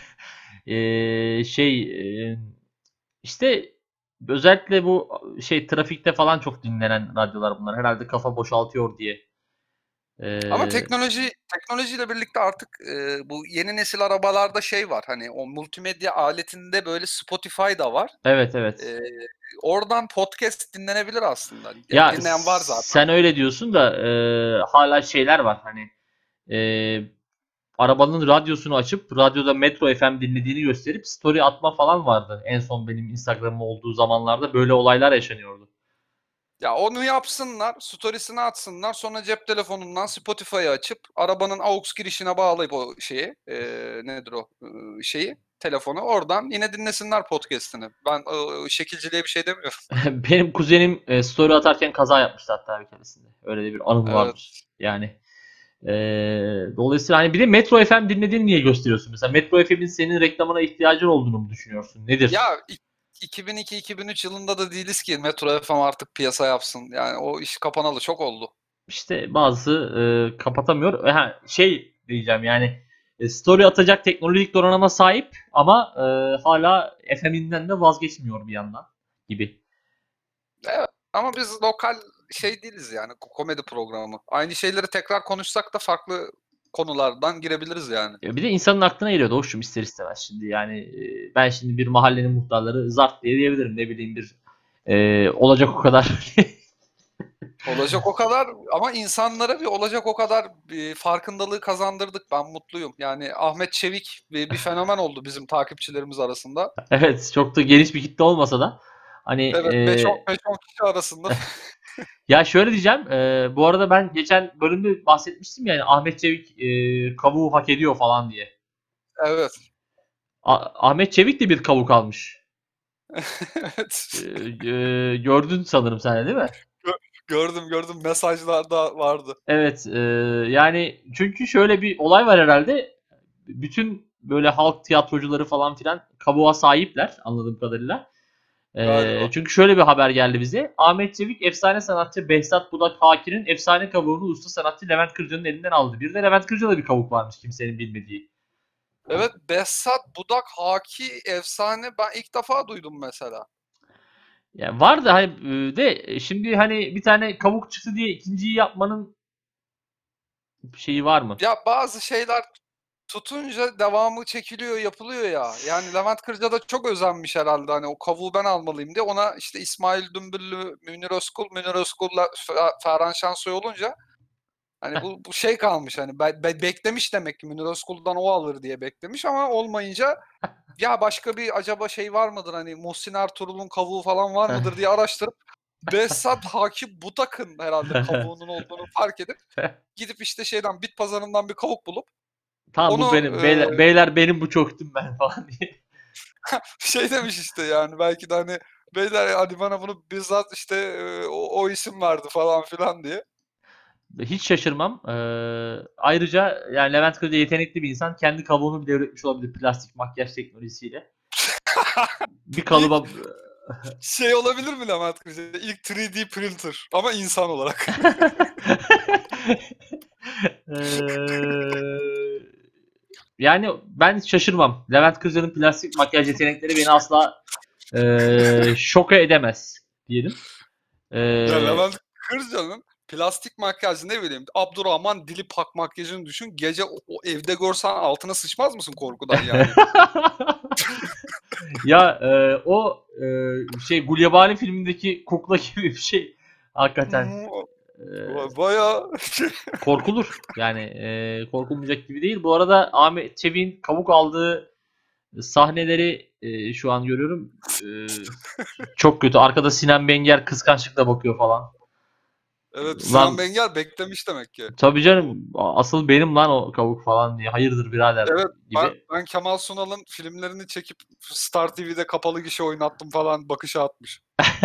şey işte özellikle bu şey trafikte falan çok dinlenen radyolar bunlar. Herhalde kafa boşaltıyor diye. Ama Eee, teknolojiyle birlikte artık, bu yeni nesil arabalarda şey var, hani, o multimedya aletinde, böyle, Spotify da var. evet, evet. Eee, oradan podcast dinlenebilir aslında. Ya, Ya dinleyen var zaten. sen öyle diyorsun da hala şeyler var hani eee, arabanın radyosunu açıp radyoda Metro FM dinlediğini gösterip story atma falan vardı. En son benim Instagram'ım olduğu zamanlarda böyle olaylar yaşanıyordu. Ya onu yapsınlar, storiesini atsınlar. Sonra cep telefonundan Spotify'ı açıp arabanın aux girişine bağlayıp o şeyi, nedir o şeyi, telefonu oradan yine dinlesinler podcast'ini. Ben şekilciliğe bir şey demiyorum. Benim kuzenim story atarken kaza yapmıştı hatta bir keresinde. Öyle de bir anım vardır. Evet. Yani dolayısıyla hani bir de Metro FM dinlediğini niye gösteriyorsun? Mesela Metro FM'in senin reklamına ihtiyacın olduğunu mu düşünüyorsun? Ya Nedir? 2002-2003 yılında da değiliz ki Metro FM artık piyasa yapsın. Yani o iş kapanalı çok oldu. İşte bazısı kapatamıyor. Şey diyeceğim yani story atacak teknolojik donanıma sahip ama hala FM'inden de vazgeçmiyor bir yandan gibi. Evet. Ama biz lokal şey değiliz yani komedi programı. Aynı şeyleri tekrar konuşsak da farklı konulardan girebiliriz yani. Bir de insanın aklına geliyor Doğuş'um ister istemez şimdi. Yani ben şimdi bir mahallenin muhtarları zart diye diyebilirim. Ne bileyim bir olacak o kadar. Olacak o kadar ama insanlara bir olacak o kadar bir farkındalığı kazandırdık. Ben mutluyum. Yani Ahmet Çevik bir fenomen oldu bizim takipçilerimiz arasında. Evet çok da geniş bir kitle olmasa da hani Evet 5-10 kişi arasında. ya şöyle diyeceğim. Bu arada ben geçen bölümde bahsetmiştim yani Ahmet Çevik kavuğu hak ediyor falan diye. Evet. Ahmet Çevik de bir kavuk almış. Evet. Gördün sanırım sen de değil mi? Gördüm mesajlarda vardı. Evet. Yani çünkü şöyle bir olay var herhalde. Bütün böyle halk tiyatrocuları falan filan kabuğa sahipler anladığım kadarıyla. Galiba. Çünkü şöyle bir haber geldi bize. Ahmet Çevik efsane sanatçı Behzat Budak Haki'nin efsane kabuğunu usta sanatçı Levent Kırca'nın elinden aldı. Bir de Levent Kırca'da bir kavuk varmış kimsenin bilmediği. Evet Behzat Budak Haki efsane. Ben ilk defa duydum mesela. Yani var da hani şimdi hani bir tane kavuk çıktı diye ikinciyi yapmanın şeyi var mı? Ya bazı şeyler tutunca devamı çekiliyor, yapılıyor ya. Yani Levent Kırca da çok özenmiş herhalde hani o kavuğu ben almalıyım diye. Ona işte İsmail Dümbüllü, Münir Özkul'la Ferhan Şansoy olunca hani bu şey kalmış hani beklemiş demek ki Münir Özkul'dan o alır diye beklemiş ama olmayınca ya başka bir acaba şey var mıdır hani Muhsin Ertuğrul'un kavuğu falan var mıdır diye araştırıp Behzat Haki Budak'ın herhalde kavuğunun olduğunu fark edip gidip işte şeyden bit pazarından bir kavuk bulup Tamam bu onu benim. Beyler benim bu çöktüm ben falan diye. şey demiş işte yani belki de hani beyler hani bana bunu bizzat işte o isim verdi falan filan diye. Hiç şaşırmam. Ayrıca yani Levent Kırca yetenekli bir insan. Kendi kabuğunu bile üretmiş olabilir plastik makyaj teknolojisiyle. Bir İlk kalıba şey olabilir mi Levent Kırca? İlk 3D printer ama insan olarak. Eee, yani ben şaşırmam. Levent Kırca'nın plastik makyaj yetenekleri beni asla şoka edemez diyelim. Ya Eee, Levent Kırca'nın plastik makyajı ne bileyim Abdurrahman Dilipak makyajını düşün. Gece o evde görsen altına sıçmaz mısın korkudan yani? ya o şey Gulyabani filmindeki kukla gibi bir şey hakikaten. Bayağı Korkulur. Yani korkulmayacak gibi değil. Bu arada Ahmet Çevik'in kabuk aldığı sahneleri şu an görüyorum. Çok kötü. Arkada Sinan Benger kıskançlıkla bakıyor falan. evet Sinan Lan Benger beklemiş demek ki. tabii Bu canım asıl benim lan o kabuk falan diye. Hayırdır birader Evet, gibi. ben Kemal Sunal'ın filmlerini çekip Star TV'de kapalı gişe oynattım falan bakışı atmış.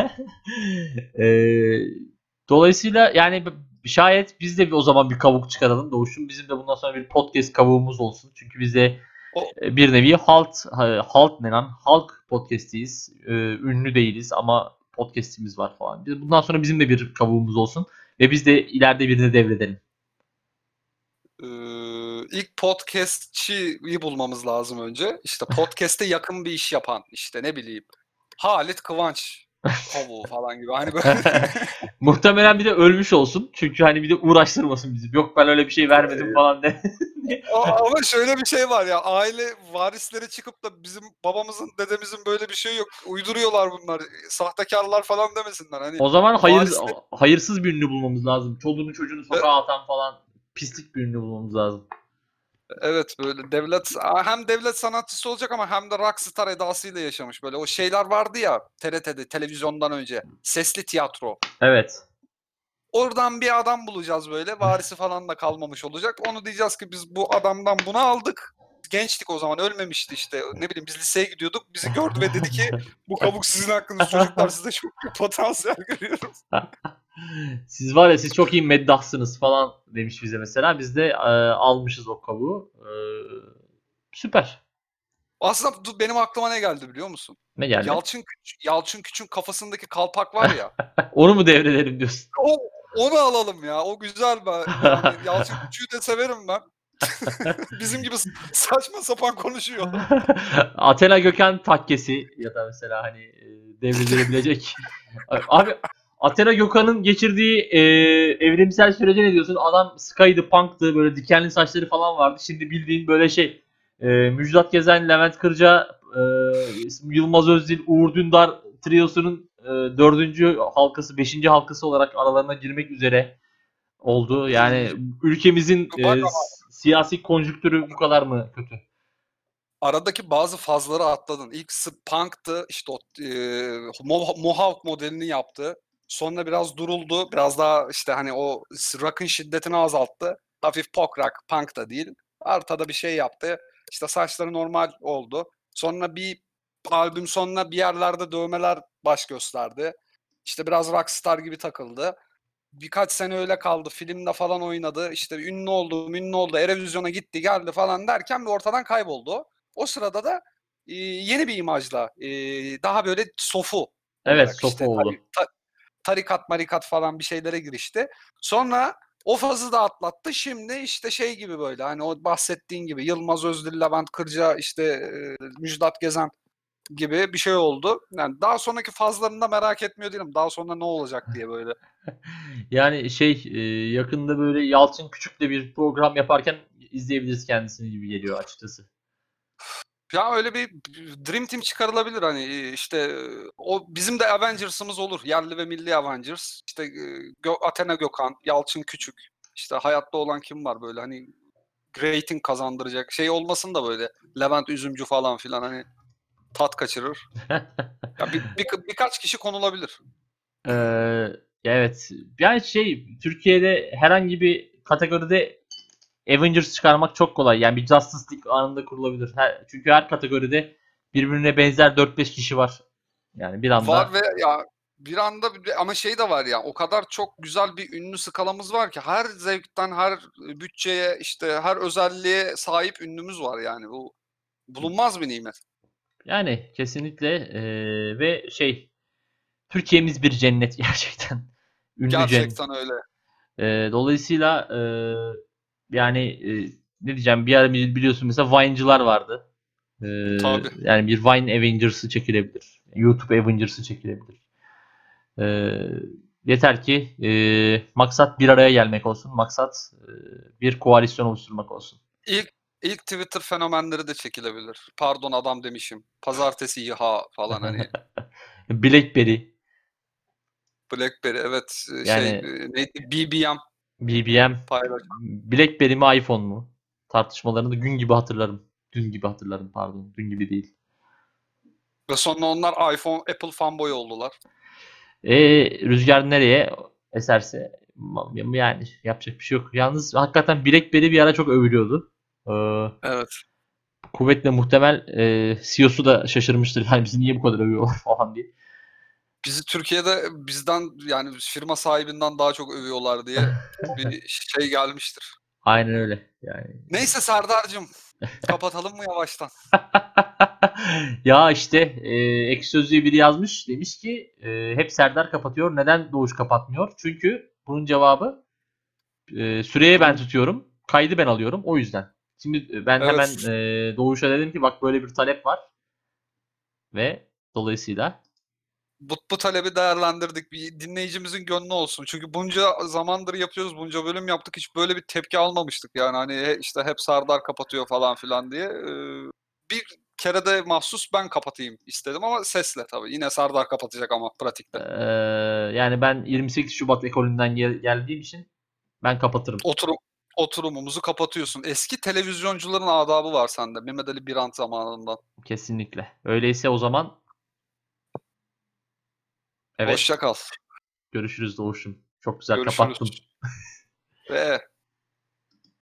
Eee, dolayısıyla yani şayet biz de o zaman bir kavuk çıkaralım Doğuş'um. Bizim de bundan sonra bir podcast kavuğumuz olsun. Çünkü biz de O bir nevi halt ne lan? Halk podcastiyiz. Ünlü değiliz ama podcastimiz var falan. Bundan sonra bizim de bir kavuğumuz olsun. Ve biz de ileride birini devredelim. ilk podcastçiyi bulmamız lazım önce. İşte podcast'e yakın bir iş yapan işte ne bileyim Halit Kıvanç kavuğu falan gibi. Hani böyle Muhtemelen bir de ölmüş olsun. Çünkü hani bir de uğraştırmasın bizi. Yok ben öyle bir şey vermedim falan de. ama şöyle bir şey var ya aile varisleri çıkıp da bizim babamızın dedemizin böyle bir şey yok. Uyduruyorlar bunlar. Sahtekarlar falan demesinler. Hani O zaman varisleri hayırsız bir ünlü bulmamız lazım. Çoluğunu çocuğunu sokağa atan falan pislik bir ünlü bulmamız lazım. Evet, böyle hem devlet sanatçısı olacak ama hem de rockstar edasıyla yaşamış. Böyle o şeyler vardı ya TRT'de televizyondan önce. Sesli tiyatro. Evet. Oradan bir adam bulacağız böyle. Varisi falan da kalmamış olacak. Onu diyeceğiz ki biz bu adamdan bunu aldık. Gençtik o zaman, ölmemişti işte. Ne bileyim, biz liseye gidiyorduk. Bizi gördü ve dedi ki bu kabuk sizin hakkınız çocuklar, size çok büyük potansiyel görüyorum. Siz var ya, siz çok iyi meddahsınız falan demiş bize mesela. Biz de almışız o kavuğu. Süper. Aslında benim aklıma ne geldi biliyor musun? Ne geldi? Yalçın Küçük'ün kafasındaki kalpak var ya. Onu mu devredelim diyorsun? O onu alalım ya. O güzel yani Yalçın Küçük'ü de severim ben. Bizim gibi saçma sapan konuşuyor. Athena Gökhan takkesi ya da mesela hani devredilebilecek. Abi, Athena Gökhan'ın geçirdiği evrimsel sürece ne diyorsun? Adam Sky'dı, punk'tı, böyle dikenli saçları falan vardı. Şimdi bildiğin böyle şey, Müjdat Gezen, Levent Kırca, Yılmaz Özdil, Uğur Dündar triosunun 4. halkası, 5. halkası olarak aralarına girmek üzere oldu. Yani ülkemizin Bak, siyasi konjüktürü bu kadar mı kötü? aradaki bazı fazları atladın. İlk punk'tı, işte o Mohawk modelini yaptı. Sonra biraz duruldu. Biraz daha işte hani o rock'ın şiddetini azalttı. Hafif punk da değil. Ortada bir şey yaptı. İşte saçları normal oldu. Sonra bir albüm sonuna bir yerlerde dövmeler baş gösterdi. İşte biraz rockstar gibi takıldı. Birkaç sene öyle kaldı. Filmde falan oynadı. İşte ünlü oldu. Eurovision'a gitti, geldi falan derken bir ortadan kayboldu. O sırada da yeni bir imajla daha böyle sofu Evet, olarak sofu işte oldu. tarikat marikat falan bir şeylere girişti. Sonra o fazı da atlattı. Şimdi işte şey gibi böyle hani o bahsettiğin gibi Yılmaz Özdil, Levent Kırca, işte Müjdat Gezen gibi bir şey oldu. Yani daha sonraki fazlarını da merak etmiyor değilim. Daha sonra ne olacak diye böyle. Yani şey, yakında böyle Yalçın Küçük'le bir program yaparken izleyebiliriz kendisini gibi geliyor açıkçası. Ya öyle bir Dream Team çıkarılabilir hani işte o bizim de Avengers'ımız olur. Yerli ve milli Avengers. İşte Athena Gökhan, Yalçın Küçük. İşte hayatta olan kim var böyle hani rating kazandıracak şey olmasın da böyle Levent Üzümcü falan filan hani tat kaçırır. Ya birkaç kişi konulabilir. Ee, evet. Yani şey, Türkiye'de herhangi bir kategoride Avengers çıkarmak çok kolay. Yani bir Justice League anında kurulabilir. Çünkü her kategoride birbirine benzer 4-5 kişi var. Yani bir Var anda. ve ya bir anda ama şey de var ya, o kadar çok güzel bir ünlü skalamız var ki her zevkten, her bütçeye, işte her özelliğe sahip ünlümüz var yani. Bu bulunmaz bir nimet. Yani kesinlikle, ve şey, Türkiye'miz bir cennet gerçekten. Ünlü cennet. Gerçekten öyle. Dolayısıyla yani, ne diyeceğim, bir ara biliyorsun mesela Vine'cılar vardı. E, Tabii. Yani bir Vine Avengers'ı çekilebilir. YouTube Avengers'ı çekilebilir. E, Yeter ki maksat bir araya gelmek olsun. Maksat bir koalisyon oluşturmak olsun. İlk ilk Twitter fenomenleri de çekilebilir. Pardon adam demişim. Pazartesi İHA falan hani. BlackBerry, BlackBerry, evet, yani neydi? BBM BBM, paylaş. BlackBerry mi iPhone mu? Tartışmalarını gün gibi hatırlarım. Dün gibi hatırlarım, pardon. Dün gibi değil. Ve sonra onlar Apple fanboy oldular. Rüzgar nereye eserse yani yapacak bir şey yok. Yalnız hakikaten BlackBerry bir ara çok övülüyordu. Ee, Evet. Kuvvetle muhtemel CEO'su da şaşırmıştır. Yani bizi niye bu kadar övüyorlar falan diye. Bizi Türkiye'de bizden yani firma sahibinden daha çok övüyorlar diye bir şey gelmiştir. Aynen öyle. Yani. Neyse Serdar'cığım, kapatalım mı yavaştan? Ya işte, Ekşi Sözlüğe biri yazmış. Demiş ki hep Serdar kapatıyor. Neden Doğuş kapatmıyor? Çünkü bunun cevabı, süreye ben tutuyorum. Kaydı ben alıyorum. O yüzden. Şimdi ben hemen Evet. Doğuş'a dedim ki bak, böyle bir talep var ve dolayısıyla Bu talebi değerlendirdik. Bir dinleyicimizin gönlü olsun. Çünkü bunca zamandır yapıyoruz. Bunca bölüm yaptık. Hiç böyle bir tepki almamıştık. Yani hani işte hep Serdar kapatıyor falan filan diye. Bir kere de mahsus ben kapatayım istedim ama sesle tabii. Yine Serdar kapatacak ama pratikte. yani ben 28 Şubat ekolünden geldiğim için ben kapatırım. Oturum oturumumuzu kapatıyorsun. Eski televizyoncuların adabı var sende. Mehmet Ali Birant zamanından. Kesinlikle. Öyleyse o zaman evet Hoşça kal. görüşürüz Doğuş'um. Çok güzel Görüşürüz. kapattın. Ve